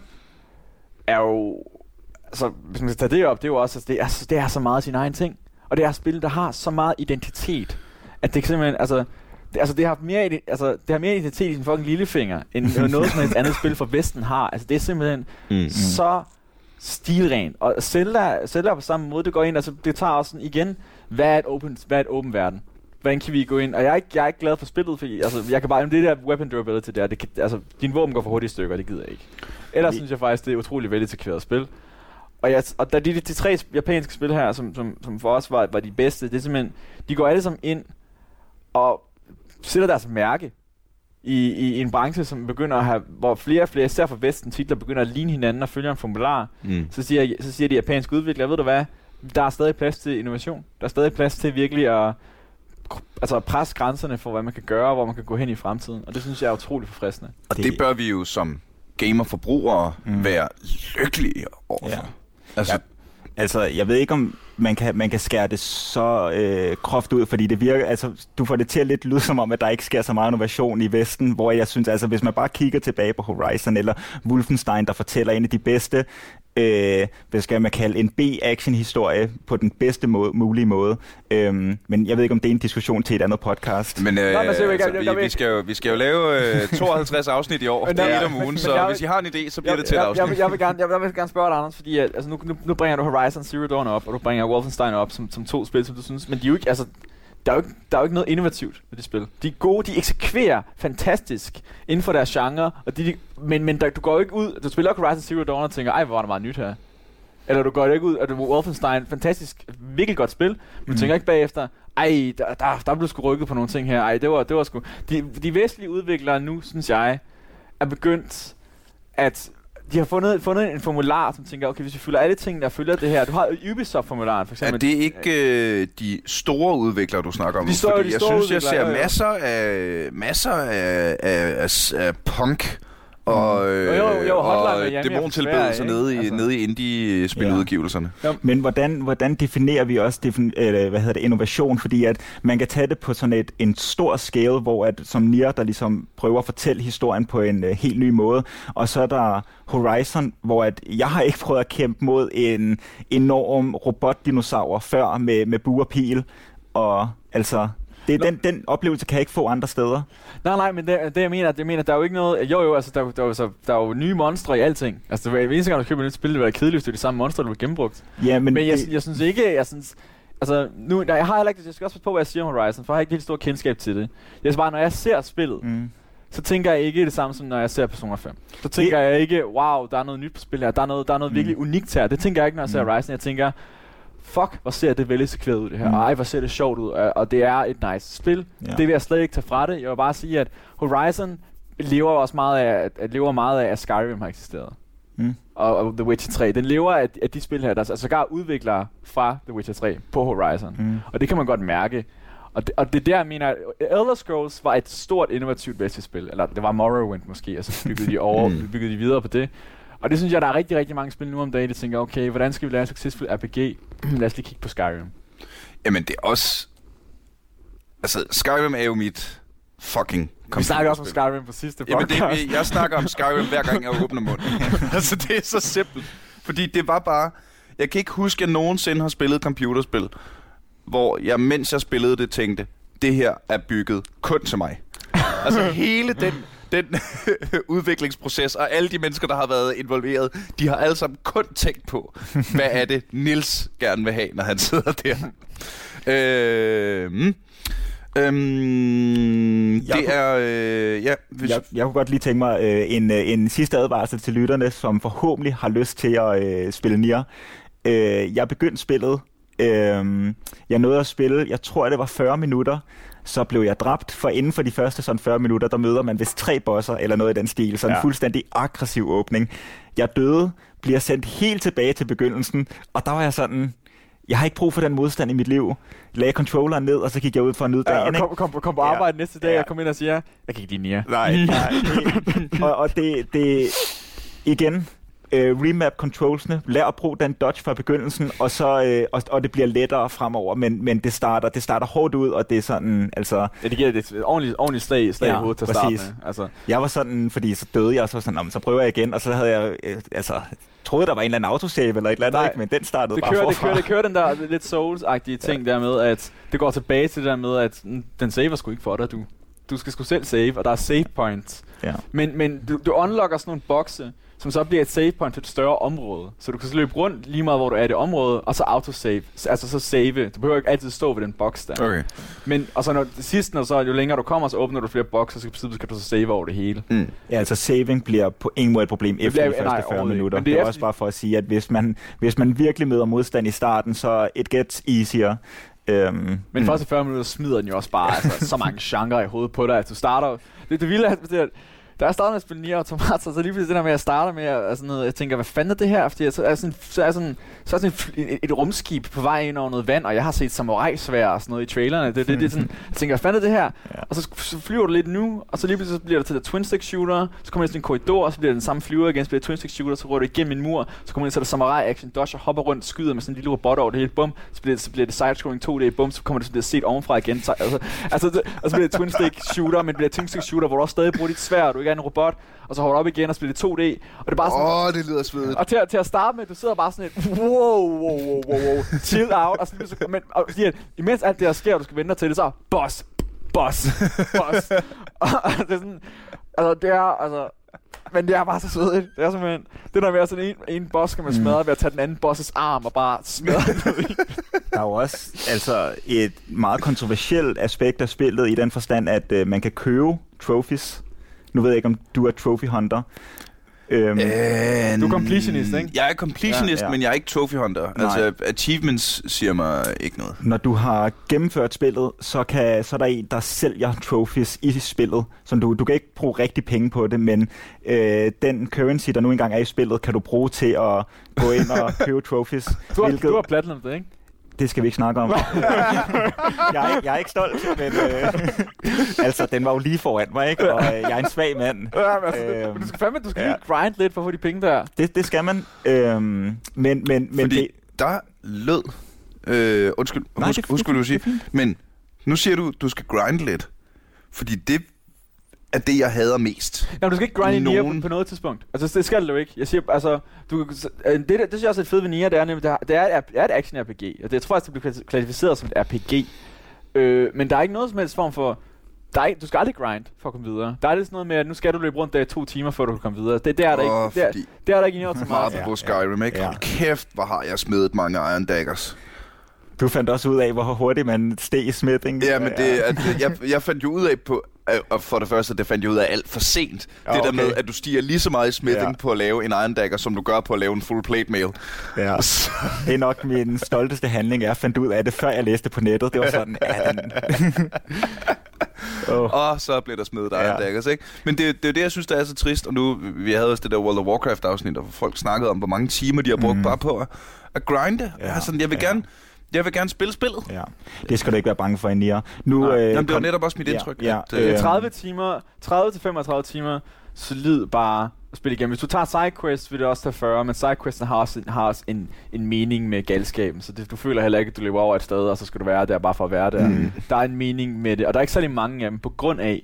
er jo... Altså, hvis man skal tage det op, det er jo også... Altså, det, er, det er så meget sin egen ting. Og det er spil, der har så meget identitet, at det simpelthen... Altså, det, altså, det, har mere, altså, det har mere identitet i sin fucking lillefinger, end noget som et andet spil fra Vesten har. Altså, det er simpelthen mm. så stilrent. Og Zelda, Zelda på samme måde, det går ind... Altså, det tager også sådan igen... Hvad er et open, hvad er et open verden? Hvordan kan vi gå ind? Og jeg er ikke, jeg er ikke glad for spillet, fordi altså, jeg kan bare... Det der weapon durability der, det kan, altså, din våben går for hurtigt i stykker, det gider jeg ikke. Ellers vi... synes jeg faktisk, det er utroligt velintegreret spil. Og, jeg, og der, de, de, de tre japanske spil her, som, som, som for os var, var de bedste, det er simpelthen... De går alle sammen ind og sætter deres mærke i, i, i en branche, som begynder at have... Hvor flere og flere, især for Vesten, titler begynder at ligne hinanden og følge en formular. Mm. Så, siger, så siger de japanske udviklere, ved du hvad... Der er stadig plads til innovation. Der er stadig plads til virkelig at altså presse grænserne for, hvad man kan gøre, og hvor man kan gå hen i fremtiden. Og det synes jeg er utroligt forfriskende. Og det, det bør vi jo som gamerforbrugere mm. være lykkelige overfor. Ja. Altså, ja. altså, jeg ved ikke, om man kan, man kan skære det så øh, groft ud, fordi det virker, altså, du får det til at lidt lyde som om, at der ikke sker så meget innovation i Vesten, hvor jeg synes, altså, hvis man bare kigger tilbage på Horizon eller Wolfenstein, der fortæller en af de bedste Øh, hvad skal man kalde en B-action-historie på den bedste måde, mulige måde. Øhm, men jeg ved ikke, om det er en diskussion til et andet podcast. Men øh, Nå, altså, altså, vi, vi, skal jo, vi skal jo lave øh, tooghalvtreds afsnit i år. Det er et om ugen, så jeg, hvis I har en idé, så bliver jeg, det til et afsnit. Jeg, jeg, jeg, vil gerne, jeg, jeg vil gerne spørge dig, Anders, fordi at, altså, nu, nu, nu bringer du Horizon Zero Dawn op, og du bringer Wolfenstein op som, som to spil, som du synes, men de er jo ikke... Altså, Der er, jo ikke, der er jo ikke noget innovativt ved de spil. De er gode, de eksekverer fantastisk inden for deres genre, og de, de, men, men der, du går jo ikke ud, du spiller Horizon Zero Dawn og tænker, ej, hvor var der meget nyt her. Eller du går ikke ud, og du Wolfenstein, fantastisk, virkelig godt spil, men du mm. tænker ikke bagefter, ej, der, der, der blev sgu rykket på nogle ting her, ej, det var, det var sgu... De, de vestlige udviklere nu, synes jeg, er begyndt at... De har fundet, fundet en formular, som tænker, okay, hvis vi fylder alle ting, der følger det her... Du har Ubisoft-formularen, for eksempel. Er det ikke øh, de store udviklere, du snakker om? De store, Fordi de jeg store synes, jeg ser ja, ja. masser af, masser af, af, af, af punk og, øh, jo, jo, jo, og dæmontilbedelser nede i, altså. nede i indie-spiludgivelserne. Ja. Men hvordan, hvordan definerer vi også defin- øh, hvad hedder det, innovation? Fordi at man kan tage det på sådan et, en stor scale, hvor at, som Nier, der ligesom prøver at fortælle historien på en øh, helt ny måde, og så er der Horizon, hvor at jeg har ikke prøvet at kæmpe mod en enorm robotdinosaur før med, med bue og pil, og altså... Det, den, den oplevelse kan jeg ikke få andre steder. Nej, nej, men det, det jeg mener, det mener, der er jo ikke noget... Jo, jo, altså, der, der, der, der, der er jo nye monstre i alting. Altså, det er eneste gang, du køber et nyt spil, det vil være kedeligt, hvis det er de samme monstre, der bliver gennembrugt. Ja, men... Men jeg, det... jeg synes ikke, jeg synes... Altså, nu... Nej, jeg har heller ikke... Jeg skal også passe på, hvad jeg siger om Horizon, for jeg har ikke helt stor kendskab til det. Jeg synes bare, når jeg ser spillet, mm. så tænker jeg ikke det samme, som når jeg ser Persona fem. Så tænker det... jeg ikke, wow, der er noget nyt på spil her, der er noget, der er noget mm. virkelig unikt her. Det tænker jeg ikke, når jeg ser mm. Horizon. Jeg tænker... Fuck, hvor ser det velintegreret ud det her. Mm. Ej, hvor ser det sjovt ud. Og, og det er et nice spil. Ja. Det vil jeg slet ikke tage fra det. Jeg vil bare sige, at Horizon lever også meget af, at lever meget af, at Skyrim har eksisteret. Mm. Og, og The Witcher tre. Den lever af, af de spil her, der er sågar udviklere fra The Witcher tre på Horizon. Mm. Og det kan man godt mærke. Og det, og det der, jeg mener, Elder Scrolls var et stort, innovativt Bethesda-spil. Eller det var Morrowind måske, og så byggede de, over, mm. byggede de videre på det. Og det synes jeg, der er rigtig, rigtig mange spil nu om dagen, der tænker, okay, hvordan skal vi lave en succesfuld R P G? Lad os lige kigge på Skyrim. Jamen, det er også... Altså, Skyrim er jo mit fucking... Vi snakker også om Skyrim på sidste podcast. Jamen, det, jeg snakker om Skyrim hver gang, jeg åbner munden. Altså, det er så simpelt. Fordi det var bare... Jeg kan ikke huske, at jeg nogensinde har spillet computerspil, hvor jeg, mens jeg spillede det, tænkte, det her er bygget kun til mig. Altså, hele den... Den udviklingsproces, og alle de mennesker, der har været involveret, de har alle sammen kun tænkt på, hvad er det, Nils gerne vil have, når han sidder der. øh, mm. øhm, det kunne, er... Øh, ja, hvis jeg, jeg kunne godt lige tænke mig øh, en, øh, en sidste advarsel til lytterne, som forhåbentlig har lyst til at øh, spille Nier. Øh, jeg begyndte spillet. Øh, jeg nåede at spille, jeg tror, det var fyrre minutter. Så blev jeg dræbt, for inden for de første sådan fyrre minutter, der møder man vist tre bosser eller noget i den stil. Så en ja. fuldstændig aggressiv åbning. Jeg døde, bliver sendt helt tilbage til begyndelsen, og der var jeg sådan... Jeg har ikke brug for den modstand i mit liv. Lagde controlleren ned, og så gik jeg ud for at nyde ja, dagen. Og kom, kom, kom på arbejde ja. næste dag, ja. og kom ind og siger, jeg kan ikke lide Nier. Nej, nej. Det, og, og det, det... Igen... Uh, remap controlsene, lær at bruge den dodge fra begyndelsen, og så uh, og, og det bliver lettere fremover, men men det starter det starter hårdt ud, og det er sådan altså ja, det giver det et ordentligt ordentligt slag slag ja, i hovedet til at starte med. Altså jeg var sådan, fordi så døde jeg, så sådan, så prøver jeg igen, og så havde jeg øh, altså troede der var en eller anden autosave eller et eller andet, ikke, men den startede det bare kører, forfra. Det kører, det kører den der lidt Souls-agtige ting ja. der med, at det går tilbage til det der med, at den saver sgu ikke for dig, du du skal sgu selv save, og der er save points. Ja. Men men du, du unlocker sådan nogle bokse, som så bliver et save point til et større område. Så du kan så løbe rundt lige meget, hvor du er i det område, og så autosave. Altså så save. Du behøver ikke altid stå ved den boks der. Okay. Men, og så når det sidste, når så, jo længere du kommer, så åbner du flere bokser, så kan du så save over det hele. Mm. Ja, altså saving bliver på ingen måde et problem efter bliver, de første nej, fyrre minutter. Det er, det er også bare for at sige, at hvis man, hvis man virkelig møder modstand i starten, så it gets easier. Um, Men mm. første fyrre minutter smider den jo også bare altså, så mange genrer i hovedet på dig, at du starter... Det, det vilde er, at da jeg startede med at spille Nier Automata, så lige pludselig det der med at starte med at, altså noget, jeg tænker, hvad fanden er det her? Fordi så er sådan, så er sådan, så er sådan et, et, et rumskib på vej ind over noget vand, og jeg har set samurai-sværd og sådan noget i trailerne. Det, det, det er sådan, jeg tænker, hvad fanden er det her? Ja. Og så, så flyver du lidt nu, og så lige pludselig så bliver det til der twin-stick shooter, så kommer det til en korridor, og så bliver det den samme flyver igen, så bliver det twin-stick shooter, så rører du igennem en mur, så kommer det til der samurai-action, dodge og hopper rundt, skyder med sådan en lille robot over det hele, bum, så bliver det, så bliver det side-scrolling to D, bum, så kommer det til at set ovenfra igen, så, altså, altså, det, og så bliver det twin-stick shooter, men det bliver twin-stick shooter, hvor du også stadig bruger dit sværd, du ikke er en robot, og så holder op igen og spiller det to D, og det er bare sådan... Åh, oh, det lyder svedigt. Og til, til at starte med, du sidder bare sådan et... Wow, wow, wow, wow, wow. Chill out. Og, så, men, og siger, imens alt det her sker, og du skal vente til det, så... Boss, boss, boss. Og, og det er sådan... Altså, det er... Altså, men det er bare så svedigt. Det er simpelthen... Det der med at sådan en, en boss skal man smadre mm. ved at tage den anden bosses arm og bare smadre den. Der er jo også altså, et meget kontroversielt aspekt af spillet i den forstand, at uh, man kan købe trophies. Nu ved jeg ikke, om du er trophy hunter. Øhm, øh, du er completionist, ikke? Jeg er completionist, ja, ja. Men jeg er ikke trophy hunter. Nej. Altså, achievements siger mig ikke noget. Når du har gennemført spillet, så, kan, så er der en, der sælger trophies i spillet. Som du, du kan ikke bruge rigtig penge på det, men øh, den currency, der nu engang er i spillet, kan du bruge til at gå ind og købe trophies. Du har, hvilket, du har platinum det, ikke? Det skal vi ikke snakke om. jeg, er, jeg er ikke stolt, men øh, altså, den var jo lige foran mig, ikke? Og øh, jeg er en svag mand. Ja, men, altså, øhm, men du skal fandme, du skal ja. lige grind lidt for at få de penge der. Det, det skal man. Øhm, men, men, men Fordi det, der lød... Øh, undskyld, nej, husk, det, husk det, hvad du siger. Men nu siger du, du skal grind lidt. Fordi det er det, jeg hader mest. Jamen, du skal ikke grinde Nier på, på noget tidspunkt. Altså, det skal du ikke. Jeg siger, altså... Du, det, det, det synes jeg også er et fedt ved Nier, det er nemlig, det er, det er, et, er et action-R P G. Og det, jeg tror faktisk, det bliver klassificeret som et R P G. Øh, men der er ikke noget som helst form for... Der er, du skal aldrig grind for at komme videre. Der er lidt sådan noget med, at nu skal du løbe rundt der i to timer, før du kan komme videre. Det, det er der oh, ikke. Det er, det er der ikke i Nier så meget. Meget på Skyrim, ikke? Hold kæft, hvor har jeg smidt mange Iron Daggers. Du fandt også ud af, hvor hurtigt man steg i smithing. Ja, men det, at, jeg, jeg fandt jo ud af på... Og for det første, det fandt jeg ud af alt for sent. Oh, det der okay. med, at du stiger lige så meget i smithing ja. på at lave en Iron Dagger, som du gør på at lave en full plate mail. Ja. Det er nok min stolteste handling, jeg fandt ud af det, før jeg læste på nettet. Det var sådan, ja, den... oh. Og så blev der smidt Iron ja. Daggers, ikke? Men det, det er jo det, jeg synes, der er så trist. Og nu, vi havde også det der World of Warcraft-afsnit, hvor folk snakkede om, hvor mange timer de har brugt mm. bare på at, at grinde. Ja. Altså, jeg vil ja. gerne... Jeg vil gerne spille spillet. Ja, det skal du ikke være bange for i Nier. Nu, øh, Jamen, det var netop også mit indtryk. Ja, at, øh, tredive timer, tredive til femogtredive timer, solid bare at spille igennem. Hvis du tager sidequest, vil det også tage fyrre, men sidequesten har også, har også en, en mening med galskaben, så det, du føler heller ikke, at du løber over et sted, og så skal du være der bare for at være der. Mm. Der er en mening med det, og der er ikke særlig mange af dem, på grund af,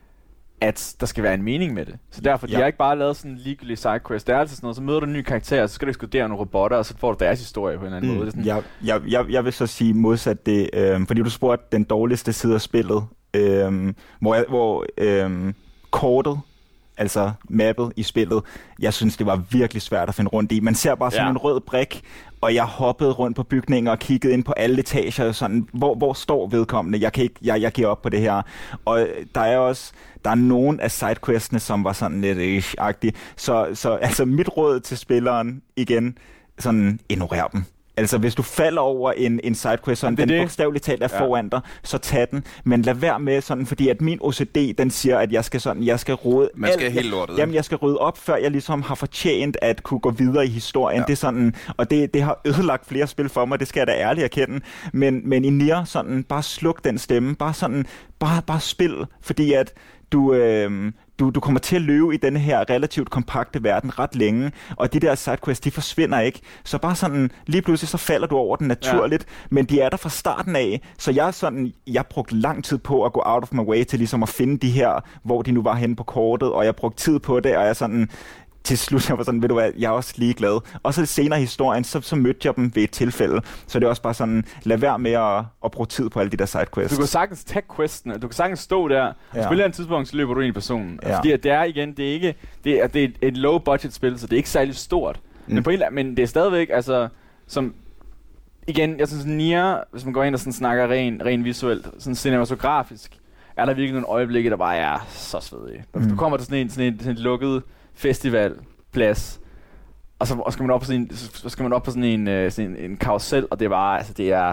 at der skal være en mening med det. Så derfor, ja. De har ikke bare lavet sådan en ligegyldig sidequest. Det er altid sådan noget, så møder du en ny karakter, så skal du ekskludere nogle robotter, og så får du deres historie på en eller anden mm. måde. Det er sådan... jeg, jeg, jeg, jeg vil så sige modsat det, øh, fordi du spurgte den dårligste side af spillet, øh, hvor, jeg, hvor øh, kortet, altså mappet i spillet, jeg synes, det var virkelig svært at finde rundt i. Man ser bare sådan ja. en rød brik, og jeg hoppede rundt på bygninger og kiggede ind på alle etager, sådan, hvor, hvor står vedkommende? Jeg kan ikke, jeg, jeg giver op på det her. Og der er også, der er nogen af sidequestene, som var sådan lidt ish-agtige. Så, så altså mit råd til spilleren, igen, sådan, ignorer dem. Altså, hvis du falder over en, en sidequest, sådan, den bogstaveligt talt er ja. foran dig, så tag den. Men lad være med sådan, fordi at min O C D, den siger, at jeg skal sådan, jeg skal rode... Man skal alt, helt lortet. Jamen, jeg skal rydde op, før jeg ligesom har fortjent at kunne gå videre i historien. Ja. Det er sådan, og det, det har ødelagt flere spil for mig, det skal jeg da ærligt erkende. Men, men i Nier, sådan, bare sluk den stemme. Bare sådan, bare, bare spil, fordi at du... Øh, Du, du kommer til at løbe i denne her relativt kompakte verden ret længe, og de der sidequests, de forsvinder ikke. Så bare sådan, lige pludselig så falder du over den naturligt, ja. Men de er der fra starten af, så jeg sådan, jeg brugte lang tid på at gå out of my way til ligesom at finde de her, hvor de nu var henne på kortet, og jeg brugte tid på det, og jeg sådan... Til slut, jeg var sådan, ved du hvad, jeg er også ligeglad. Og så senere i historien, så, så mødte jeg dem ved et tilfælde. Så det er også bare sådan, lad være med at, at bruge tid på alle de der sidequests. Du kan sagtens tage questene, du kan sagtens stå der, og ja. spille et tidspunkt, så løber du ind i personen. Ja. Fordi det er igen, det er ikke, det er, det er et low budget spil, så det er ikke særlig stort. Mm. Men, på en, men det er stadigvæk, altså, som, igen, jeg synes, Nier, hvis man går ind og sådan snakker ren, ren visuelt, sådan cinematografisk, er der virkelig nogle øjeblikke, der bare er så svedige. Mm. Du kommer til sådan en, sådan en, sådan en lukket festivalplads, og så og skal man op på sådan en, så skal man op på sådan en, uh, sådan en, en karusel, og det er bare, altså det er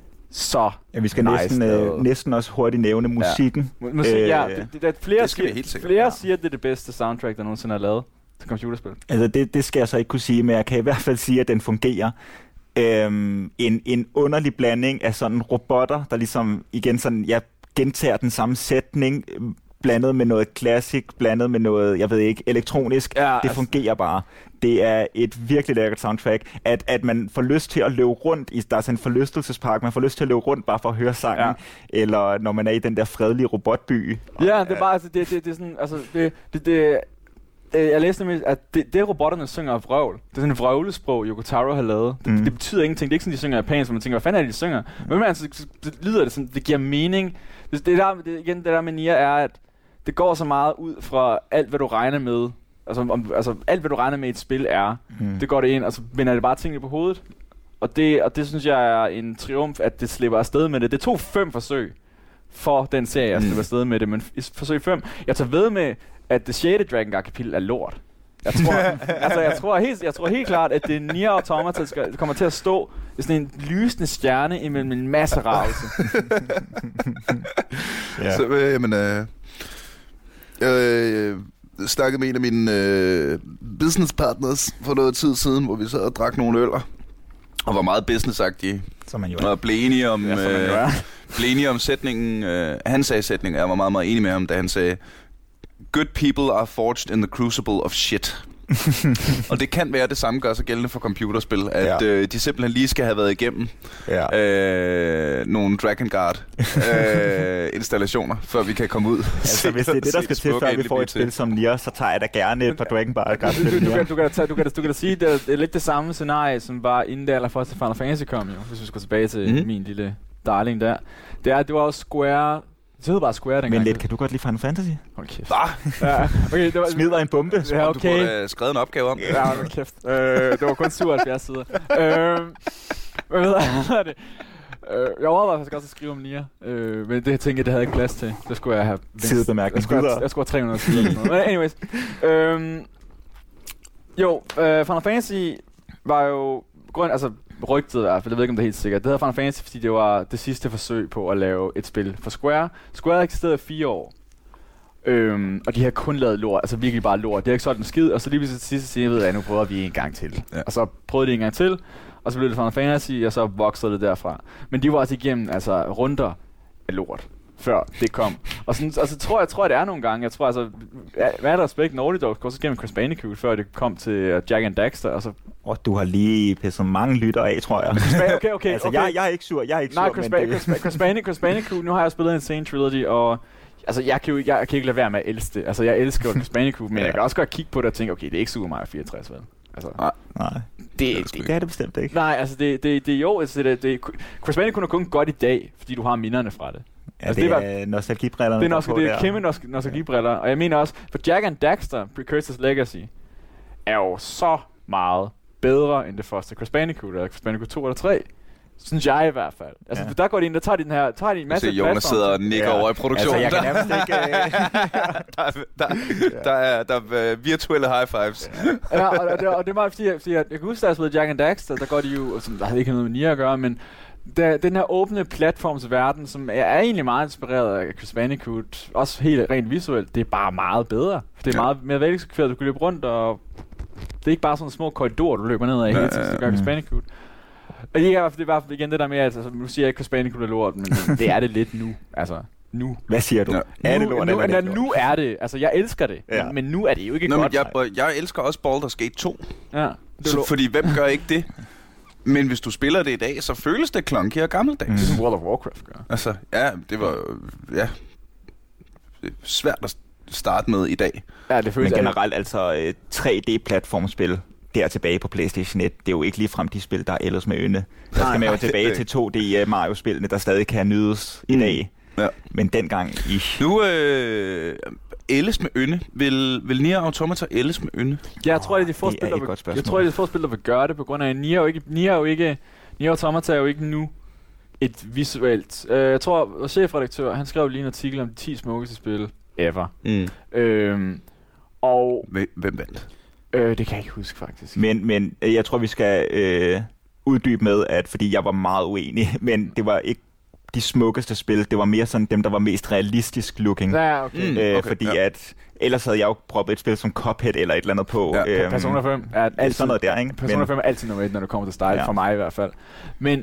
så ja, vi skal nice næsten, øh, næsten også hurtigt nævne musikken. Ja, Musik, øh, ja det, det, det, flere, det siger, flere ja. siger, at det er det bedste soundtrack, der nogensinde er lavet til computerspil. Altså det, det skal jeg så ikke kunne sige, men jeg kan i hvert fald sige, at den fungerer. Øhm, en, en underlig blanding af sådan robotter, der ligesom igen sådan, jeg gentager den samme sætning, blandet med noget classic, blandet med noget, jeg ved ikke, elektronisk. Ja, det altså fungerer bare. Det er et virkelig lækkert soundtrack. At, at man får lyst til at løbe rundt, i, der er sådan en forlystelsespark, man får lyst til at løbe rundt bare for at høre sangen, ja. Eller når man er i den der fredelige robotby. Ja, det er bare, altså, det, det, det er sådan, altså, det, det, det jeg læste nemlig, at det, det robotterne synger af vrøvl. Det er sådan et vrøvlesprog, Yoko Taro har lavet. Det, mm. det betyder ingenting. Det er ikke sådan, de synger japansk, hvor man tænker, hvad fanden er det, de synger? Mm. Men altså, så, så lyder det sådan, det giver mening. Det, det, der, det, igen, det der med Nier er, at det går så meget ud fra alt, hvad du regner med. Altså, om, altså alt, hvad du regner med i et spil er. Mm. Det går det ind, og så vender det bare tingene på hovedet. Og det, og det synes jeg er en triumf, at det slipper afsted med det. Det tog fem forsøg for den serie at slippe afsted med det, men i forsøg fem. Jeg tager ved med, at det sjette Dragon Guard kapitel er lort. Jeg tror, altså, jeg tror, helt, jeg tror helt klart, at det Nier Automata skal, kommer til at stå i sådan en lysende stjerne imellem en masse ravelse. Ja. Så, øh, jamen, øh, jeg øh, snakkede med en af mine øh, business partners for noget tid siden, hvor vi sad og drak nogle øller, og var meget businessagtige. Som man jo er. Og blev enige om, ja, øh, blev enige om sætningen. Øh, han sagde sætningen, og jeg var meget, meget enig med ham, da han sagde, good people are forged in the crucible of shit. Og det kan være, det samme gør sig gældende for computerspil, at ja. øh, de simpelthen lige skal have været igennem ja. øh, nogle Dragon Guard øh, installationer, før vi kan komme ud. Altså hvis det er det, der skal til, før vi får et spil som Nier, så tager jeg da gerne et par Dragon Guard. Du kan da sige, det er lidt det samme scenarie, som var inden det allerførste Final Fantasy kom, jo, hvis vi skal tilbage til mm-hmm. min lille darling der. Det er, det var også Square. Det hedder bare Square dengang. Men lidt, kan du godt lide Final Fantasy? Hold kæft. Hva? Ja, okay, det var... Smid dig en bombe. Ja, okay. Du burde have skrevet en opgave om det. Ja, hold kæft. Øh, det var kun syvoghalvfjerds sider. øh, hvad ved jeg, det? Øh, jeg overvejede faktisk også at skrive om Nier, øh, men det tænkte jeg, det havde ikke plads til. Det skulle jeg have... Sidebemærkning. Jeg skulle have, jeg skulle have tre hundrede sider eller noget. Men anyways. Øh, jo, øh, Final Fantasy var jo... Grund, altså, rygtet i hvert fald, jeg ved ikke om det er helt sikkert. Det hedder Final Fantasy, fordi det var det sidste forsøg på at lave et spil for Square. Square har eksisteret i fire år. Øhm, og de har kun lavet lort, altså virkelig bare lort. De har ikke solgt en skid, og så lige til sidst siger jeg, ved, at nu prøver vi en gang til. Ja. Og så prøvede de en gang til, og så blev det Final Fantasy, og så voksede det derfra. Men de var også igennem altså, runder af lort, før det kom. Og, sådan, og så tror jeg, tror jeg, det er nogle gange. Jeg tror altså, hvad er der respekt? Naughty Dog går så gennem Crash Bandicoot, før det kom til uh, Jak and Daxter, og så... Og du har lige pisset mange lytter af, tror jeg. Okay, okay, okay. altså, jeg, jeg er ikke sur, jeg er ikke Nej, sur, Crash, men Crash, Crash, Crash, Bandicoot, Crash Bandicoot, nu har jeg spillet Insane Trilogy, og... Altså, jeg kan jo jeg kan ikke lade være med at elske det. Altså, jeg elsker jo Crash Bandicoot, men ja. Jeg kan også godt kigge på det og tænke, okay, det er ikke Super Mario fireogtres, vel? Altså, nej, nej. Det, det, det, det er det bestemt ikke. Nej, altså, det, det, det er jo... Altså, det, det, Crash Bandicoot er kun godt i dag, fordi du har minderne fra det. Ja, altså, det, det er nostalgibrillerne. Det er, nostal- det er kæmpe nostal- nostalgibriller, og jeg mener også, for Jak and Daxter, Precursors Legacy, er jo så meget bedre end det første Crash Bandicoot, eller Crash Bandicoot to eller tre. Synes jeg i hvert fald. Altså, ja. Der går de ind, der tager de den her, tager de en masse platform. Jonas sidder og nikker ja. over i produktionen. Altså, jeg kan nærmest ikke... der, der, der, er, der er uh, virtuelle high fives. Ja, og, og, det, og det er meget fordi, fordi jeg, jeg kan huske, da jeg spillede Jak and Daxter, der går de jo, som, der havde ikke noget med Nier at gøre, men der, den her åbne platformsverden, som er, er egentlig meget inspireret af Crash Bandicoot, også helt rent visuelt, det er bare meget bedre. Det er ja. meget mere veleksekveret, du kan løbe rundt, og det er ikke bare sådan en små korridorer, du løber ned ad hele tiden, det gør Crash Bandicoot. Og det er i hvert fald igen det der med, at altså, nu siger jeg ikke, at Crash Bandicoot er lort, men det er det lidt nu. Altså, nu. Hvad siger du? Ja. Nu, er det lort, nu, eller nu, nu er det. Altså, jeg elsker det, ja. men, men nu er det jo ikke Nå, godt. Jeg, jeg elsker også Baldur's Gate to. Ja. Så, fordi hvem gør ikke det? Men hvis du spiller det i dag, så føles det clunky og gammeldags. Mm. Det er som World of Warcraft gør. Altså, ja, det var ja, det er svært at starte med i dag. Ja, det føles men generelt altså tre D-platformspil der tilbage på PlayStation et, det er jo ikke ligefrem de spil, der er ellers med ynde. Der skal man jo tilbage til to D Mario-spillene, der stadig kan nydes mm. i dag. Ja. Men dengang i... Nu øh, ældes med ynde. Vil, vil Nier Automata ældes med ynde? Ja, jeg tror, det er de få spil, der vil, jeg tror, det er de få spil, der vil gøre det, på grund af, at Nier er jo ikke... Nier er jo ikke Nier Automata er jo ikke nu et visuelt... Uh, jeg tror, vores chefredaktør, han skrev lige en artikel om de ti smukkeste spil ever. Mm. Øhm, og... Hvem vandt? Øh, det kan jeg ikke huske, faktisk. Men, men jeg tror, vi skal øh, uddybe med, at fordi jeg var meget uenig, men det var ikke de smukkeste spil. Det var mere sådan dem, der var mest realistisk looking. Ja, okay. Mm, okay øh, fordi ja. at ellers havde jeg jo proppet et spil som Cuphead eller et eller andet på. Ja, øhm, Persona fem er altid sådan noget der, ikke? Persona fem er altid nummer et, når det kommer til style, ja. For mig i hvert fald. Men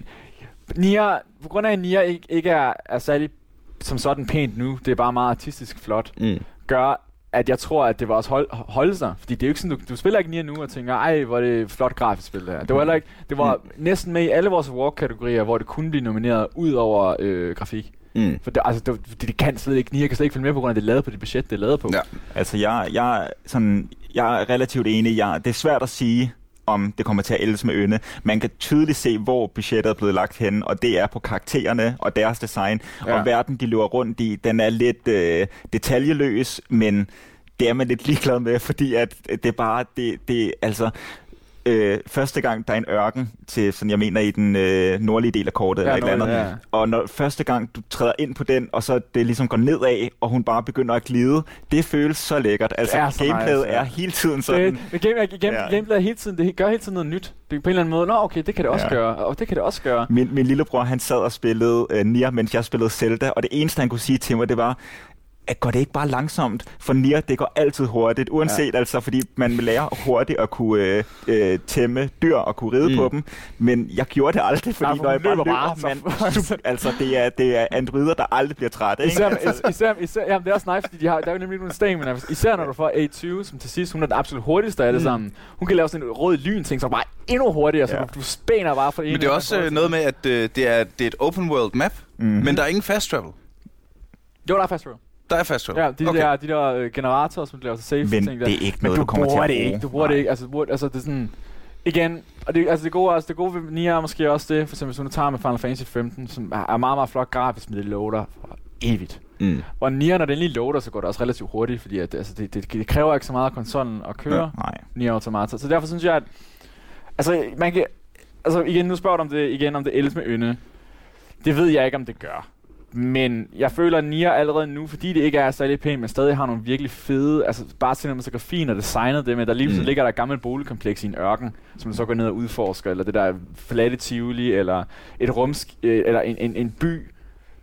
Nier, på grund af at Nier ikke, ikke er, er særlig som sådan pænt nu, det er bare meget artistisk flot, mm. gør at jeg tror, at det var også hold, holde sig. Fordi det er jo ikke sådan, du, du spiller ikke Nier nu og tænker, ej, hvor er det flot grafisk spil det her. Det var heller ikke, det var mm. næsten med i alle vores walk-kategorier, hvor det kunne blive nomineret ud over øh, grafik. Mm. For det, altså, det, det, kan slet ikke, Nier kan slet ikke følge med på grund af, at det er lavet på det budget, det er lavet på. Ja. Altså, jeg, jeg, sådan, jeg er relativt enig. Jeg, det er svært at sige, om det kommer til at ældes med ynde. Man kan tydeligt se, hvor budgettet er blevet lagt hen, og det er på karaktererne og deres design. Ja. Og verden, de løber rundt i, den er lidt øh, detaljeløs, men det er man lidt ligeglad med, fordi at det er bare, det, det altså... Øh, første gang, der er en ørken til, sådan jeg mener, i den øh, nordlige del af kortet, ja, eller et eller andet. Ja. Og når første gang, du træder ind på den, og så det ligesom går nedad, og hun bare begynder at glide, det føles så lækkert. Altså, er gameplayet nice, ja. er hele tiden sådan... Det, game, game, ja. Gameplayet er hele tiden, det gør hele tiden noget nyt. Det på en eller anden måde, nå okay, det kan det også ja. gøre, og det kan det også gøre. Min, min lillebror, han sad og spillede øh, Nier, mens jeg spillede Zelda, og det eneste, han kunne sige til mig, det var... at går det ikke bare langsomt? For Nier, det går altid hurtigt, uanset ja. altså, fordi man lærer hurtigt at kunne øh, øh, tæmme dyr og kunne ride mm. på dem. Men jeg gjorde det aldrig, fordi ja, når jeg bare løber, bare, man, altså det er, det er androider, der aldrig bliver trætte. Ikke? Især, især, især, især, jamen, det er også nice, fordi de har, der er jo nemlig nogle stamina. Især når du får A tyve, som til sidst, hun er den absolut hurtigste af det mm. sammen. Hun kan lave sådan en rød lyn-ting, som bare endnu hurtigere, så ja. du spænder bare for en. Men det er også øh, noget med, at øh, det, er, det er et open world map, mm. men der er ingen fast travel. Jo, der er fast travel. Der er fast travel. Ja, de okay. der, de der uh, generatorer, som laver sig safe. Men ting, det er ikke noget, du, du kommer til at bruge. Det ikke. Du bruger Nej. det ikke. Altså, bruger, altså, det er sådan... Igen, og det, altså, det gode, altså, det gode ved Nier er måske også det, for eksempel, hvis du nu tager med Final Fantasy femten, som er meget, meget flot grafisk, men det loader for evigt. Mm. Og Nier, når den lige loader, så går det også relativt hurtigt, fordi at, altså, det, det, det kræver ikke så meget af konsollen at køre ja, Nier Automata. Så derfor synes jeg, at... Altså, man kan... Altså, igen, nu spørger du om det, igen, om det ældes med ynde. Det ved jeg ikke, om det gør. Men jeg føler, at Nier allerede nu, fordi det ikke er særlig pænt, men stadig har nogle virkelig fede, altså bare cinematografien og designet det med, der lige så mm. ligger der et gammelt boligkompleks i en ørken, som du så går ned og udforsker, eller det der flatte Tivoli, eller et rumsk, eller en, en, en by,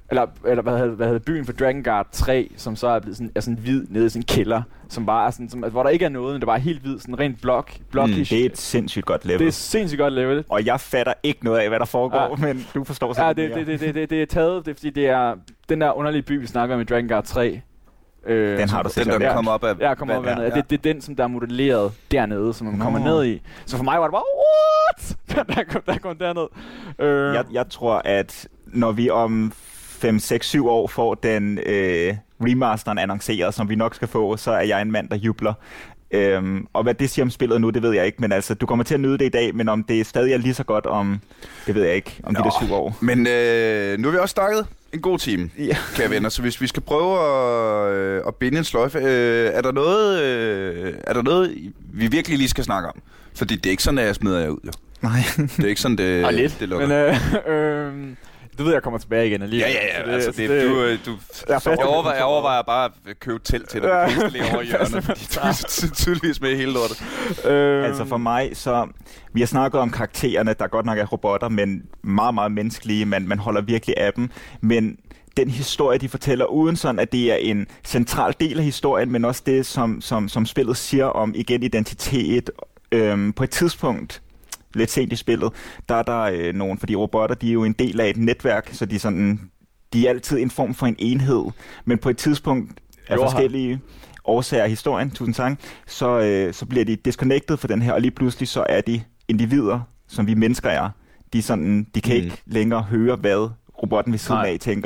Eller, eller hvad, hedder, hvad hedder byen for Dragon Guard tre, som så er blevet sådan, er sådan hvid nede i sin kælder, som bare er sådan, som, hvor der ikke er noget, men det bare er helt hvid, sådan rent blok, blockish. Mm, det er et sindssygt godt level. Det er sindssygt godt level. Og jeg fatter ikke noget af, hvad der foregår, ja. Men du forstår sig. Ja, det, det, det, det, det, det er taget, det er fordi det er den der underlige by, vi snakker om i Dragon Guard tre. Øh, den har du set. Den der kommer op af ja, kommer op af ja, ja. Det, det er den, som der er modelleret dernede, som man no. kommer ned i. Så for mig var det bare, what? der kom, der kom derned. Øh. Jeg, jeg tror, at når vi om fem, seks, syv år får den øh, remasteren annonceret, som vi nok skal få, så er jeg en mand, der jubler. Øhm, og hvad det siger om spillet nu, det ved jeg ikke, men altså, du kommer til at nyde det i dag, men om det stadig er lige så godt om, det ved jeg ikke, om Nå, de der syv år. Men øh, nu har vi også snakket en god time, ja. Kære venner, så hvis vi skal prøve at, øh, at binde en sløjfe, øh, er der noget, øh, er der noget, vi virkelig lige skal snakke om? Fordi det er ikke sådan, at jeg smider jer ud, jo. Nej. Det er ikke sådan, det, og lidt, det lukker. Men øh, øh, du ved, jeg kommer tilbage igen alligevel. Ja, ja, ja. Det, altså, det, det, du, du, jeg, jeg, overvejer, jeg overvejer bare at købe telt til dig. Du kan ikke over i hjørnet, fordi du er tydeligvis med i hele lortet. Øhm. Altså for mig, så... Vi har snakket om karaktererne, der godt nok er robotter, men meget, meget menneskelige. Man, man holder virkelig af dem. Men den historie, de fortæller, uden sådan, at det er en central del af historien, men også det, som, som, som spillet siger om, igen, identitet. Øhm, på et tidspunkt... lidt sent i spillet, der er der øh, nogen, fordi robotter, de er jo en del af et netværk, så de er sådan, de er altid en form for en enhed, men på et tidspunkt af jo, forskellige årsager af historien, tusind tak, så, øh, så bliver de disconnected fra den her, og lige pludselig så er de individer, som vi mennesker er. De, er sådan, de kan mm. ikke længere høre, hvad robotten ved siden af tænker.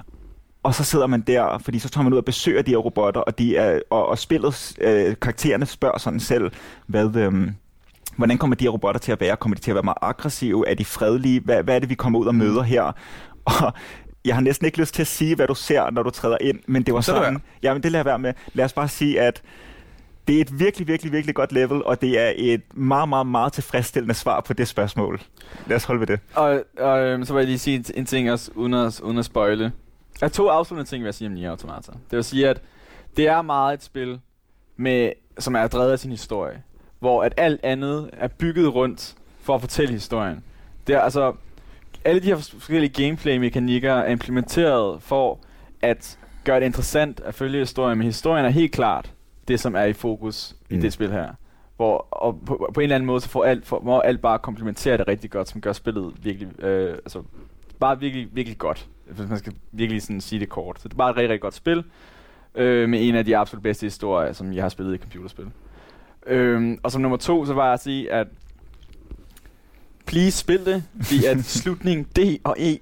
Og så sidder man der, fordi så tager man ud og besøger de her robotter, og, de er, og, og spillet, øh, karaktererne spørger sådan selv, hvad... Øh, hvordan kommer de her robotter til at være? Kommer de til at være meget aggressive? Er de fredelige? Hvad, hvad er det, vi kommer ud og møder her? Og jeg har næsten ikke lyst til at sige, hvad du ser, når du træder ind, men det var sådan... Ja, men det lader jeg være med. Lad os bare sige, at det er et virkelig, virkelig, virkelig godt level, og det er et meget, meget, meget tilfredsstillende svar på det spørgsmål. Lad os holde ved det. Og, og øhm, så vil jeg lige sige en, en ting også, uden at, uden at spoile. Jeg har to afsluttende ting, vil jeg sige om Nier Automata. Det vil sige, at det er meget et spil, med, som er drevet af sin historie, hvor at alt andet er bygget rundt for at fortælle historien. Det er altså alle de her forskellige gameplay-mekanikker er implementeret for at gøre det interessant at følge historien, men historien er helt klart det, som er i fokus mm. i det spil her. Hvor, og på, på en eller anden måde, så får alt, for, må alt bare komplementere det rigtig godt, som gør spillet virkelig, øh, altså bare virkelig, virkelig godt, hvis man skal virkelig sådan sige det kort. Så det er bare et rigtig, rigtig godt spil, øh, med en af de absolut bedste historier, som jeg har spillet i computerspil. Øhm, og som nummer to, så var jeg at sige, at please spil det, fordi at slutningen D og E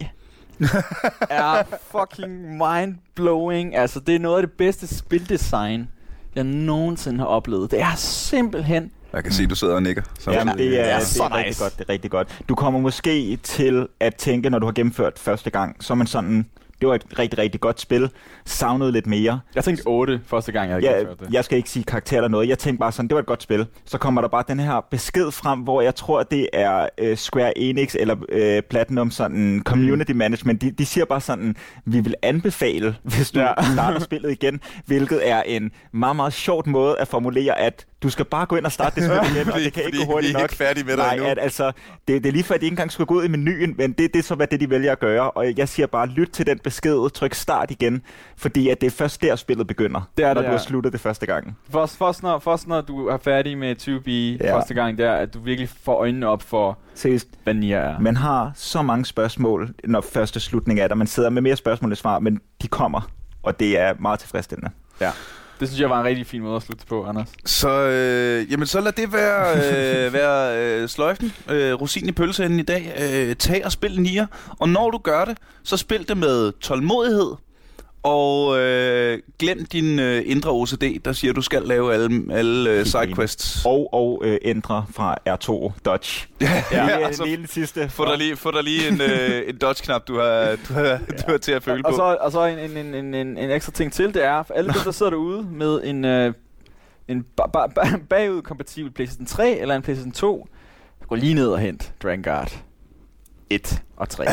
er fucking mind-blowing. Altså, det er noget af det bedste spildesign, jeg nogensinde har oplevet. Det er simpelthen... Jeg kan se, du sidder og nikker. Så ja, det er, det er, det er rigtig nice. godt, det er rigtig godt. Du kommer måske til at tænke, når du har gennemført første gang, så er man sådan... Det var et rigtig, rigtig godt spil. Savnede lidt mere. Jeg tænkte otte første gang, jeg havde ja, gennemført det. Jeg skal ikke sige karakter eller noget. Jeg tænkte bare sådan, det var et godt spil. Så kommer der bare den her besked frem, hvor jeg tror, det er uh, Square Enix eller uh, Platinum sådan community mm. management. De, de siger bare sådan, vi vil anbefale, hvis du ja. starter spillet igen. Hvilket er en meget, meget sjovt måde at formulere, at du skal bare gå ind og starte det spil igen, og det kan ikke gå hurtigt nok. Vi er ikke færdige med dig Nej, endnu. At, altså, det, det er lige før, at de ikke engang skulle gå ud i menuen, men det, det er så, hvad det de vælger at gøre. Og jeg siger bare, lyt til den besked, tryk start igen, fordi at det er først der, spillet begynder, det er når det, du har sluttet det første gang. Først, først, når, først når du er færdig med to B ja. første gang, der at du virkelig får øjnene op for, Seriøst. hvad Nier er. Man har så mange spørgsmål, når første slutning er der. Man sidder med mere spørgsmål end svar, men de kommer, og det er meget tilfredsstillende. Ja. Det synes jeg var en rigtig fin måde at slutte på, Anders. Så, øh, jamen, så lad det være, øh, være øh, sløjfen, øh, rosinen i pølseenden i dag. Øh, tag og spil Nier, og når du gør det, så spil det med tålmodighed, og øh, glem din øh, indre O C D, der siger, at du skal lave alle, alle øh, sidequests. Og, og øh, ændre fra R to Dodge. Ja, ja, ja altså, lige sidste. Få dig lige, få dig lige en, øh, en Dodge-knap, du har, du har, ja. du har til at føle og, på. Og så, og så en, en, en, en, en, en ekstra ting til, det er, for alle dem, der sidder derude med en, øh, en ba- ba- ba- bagud-kompatibel PlayStation tre eller en PlayStation to, gå lige ned og hent Dragon Guard et og tre.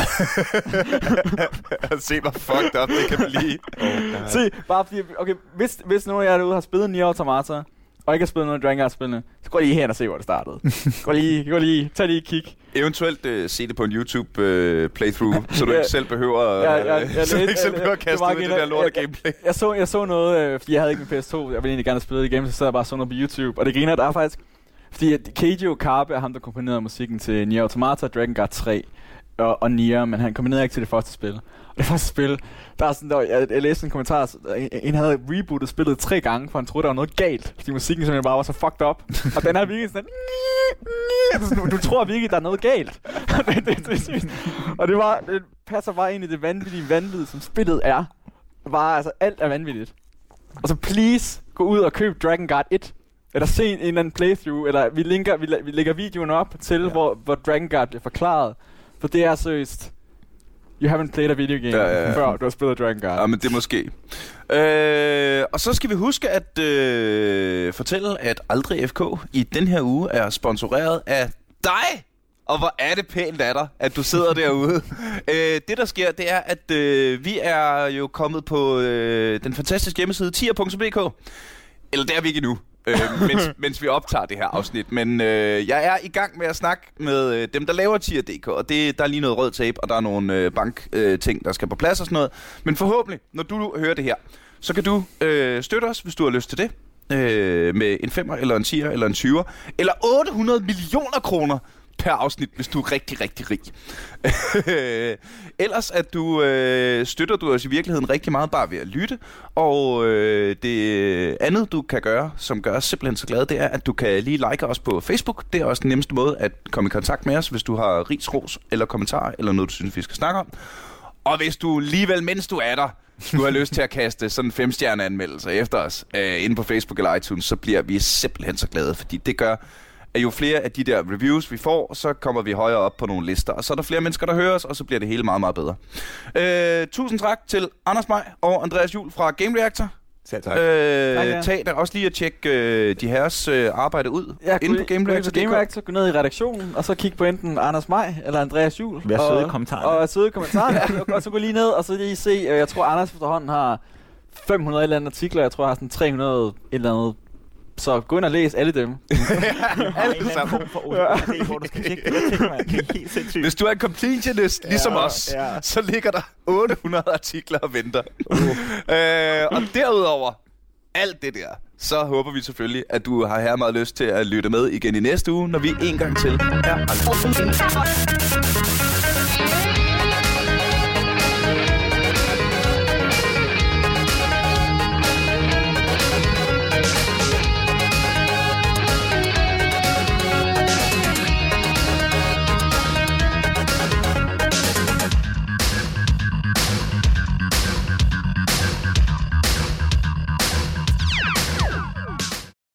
Se, hvor fucked up det kan blive. Oh, se, bare fordi, okay, hvis, hvis nogen af jer derude har spillet Nier Automata, og ikke har spillet noget Dragon Guard-spillene, så gå lige hen og se, hvor det startede. gå lige, gå lige, tag lige et kig. Eventuelt uh, se det på en YouTube-playthrough, uh, så du ikke selv behøver, uh, ja, ja, ja, så du ikke selv behøver at kaste ud i det der lorte gameplay. Jeg, jeg, så, jeg så noget, øh, fordi jeg havde ikke min P S to, jeg ville egentlig gerne spille det igen, så sad jeg bare så noget på YouTube, og det griner, der er faktisk, fordi Keiji Okabe er ham, der komponerede musikken til Nier Automata, Dragon Guard tre og, og Nier, men han kombinerede ikke til det første spil. Og det første spil, der er sådan, der, jeg, jeg læste en kommentar, en, en havde rebootet spillet tre gange, for han troede, der var noget galt, fordi musikken simpelthen bare var så fucked up. Og den her virkelig sådan, altså, du, du tror virkelig, der er noget galt. det, det, det, det, og det, var, det passer bare ind i det vanvittige vanvid, som spillet er. Bare, altså, alt er vanvittigt. Og så please, gå ud og køb Dragon Guard et. Eller se en, en eller anden playthrough, eller vi, linker, vi, vi lægger videoen op til, ja. hvor, hvor Dragon Guard bliver forklaret. For det er seriøst. You haven't played a video game, ja, ja, ja. før du har spillet Dragon Guard. Ja, men det måske. Øh, og så skal vi huske at øh, fortælle, at Aldrig F K i den her uge er sponsoreret af dig. Og hvor er det pænt af dig, at du sidder derude. øh, det, der sker, det er, at øh, vi er jo kommet på øh, den fantastiske hjemmeside tier punktum d k. Eller det er vi ikke endnu. øh, mens, mens vi optager det her afsnit. Men øh, jeg er i gang med at snakke med øh, dem, der laver tier punktum d k. Og det, der er lige noget rød tape, og der er nogle øh, bankting, øh, der skal på plads og sådan noget. Men forhåbentlig, når du hører det her, så kan du øh, støtte os, hvis du har lyst til det. Øh, med en femmer, eller en tier, eller en tyver. Eller otte hundrede millioner kroner per afsnit, hvis du er rigtig, rigtig rig. Ellers at du øh, støtter du os i virkeligheden rigtig meget bare ved at lytte. Og øh, det andet, du kan gøre, som gør os simpelthen så glade, det er, at du kan lige like os på Facebook. Det er også den nemmeste måde at komme i kontakt med os, hvis du har ris, ros eller kommentarer, eller noget, du synes, vi skal snakke om. Og hvis du alligevel, mens du er der, du har lyst til at kaste sådan fem-stjerne anmeldelser efter os øh, inde på Facebook eller iTunes, så bliver vi simpelthen så glade, fordi det gør, at jo flere af de der reviews, vi får, så kommer vi højere op på nogle lister. Og så er der flere mennesker, der hører os, og så bliver det hele meget, meget bedre. Øh, tusind tak til Anders Maj og Andreas Juhl fra Game Reactor. Selv tak. Øh, tak ja. Tag da også lige at tjekke øh, de herres øh, arbejde ud ja, inde på Game Reactor. Game Reactor, gå ned i redaktionen, og så kig på enten Anders Maj eller Andreas Juhl. Vær søde i kommentarerne. Og søde i kommentarerne. og, og så gå lige ned, og så lige se, øh, jeg tror Anders efterhånden har fem hundrede eller andet artikler, jeg tror jeg har sådan tre hundrede et eller andet. Så gå ind og læs alle dem. Alt sammen. For ja. Hvor du skal tjekke det der ting, man. Det er helt sindssygt. Hvis du er en completionist, ligesom ja, os, ja. så ligger der otte hundrede artikler og venter. Uh. øh, og derudover, alt det der, så håber vi selvfølgelig, at du har her meget lyst til at lytte med igen i næste uge, når vi en gang til er aldrig.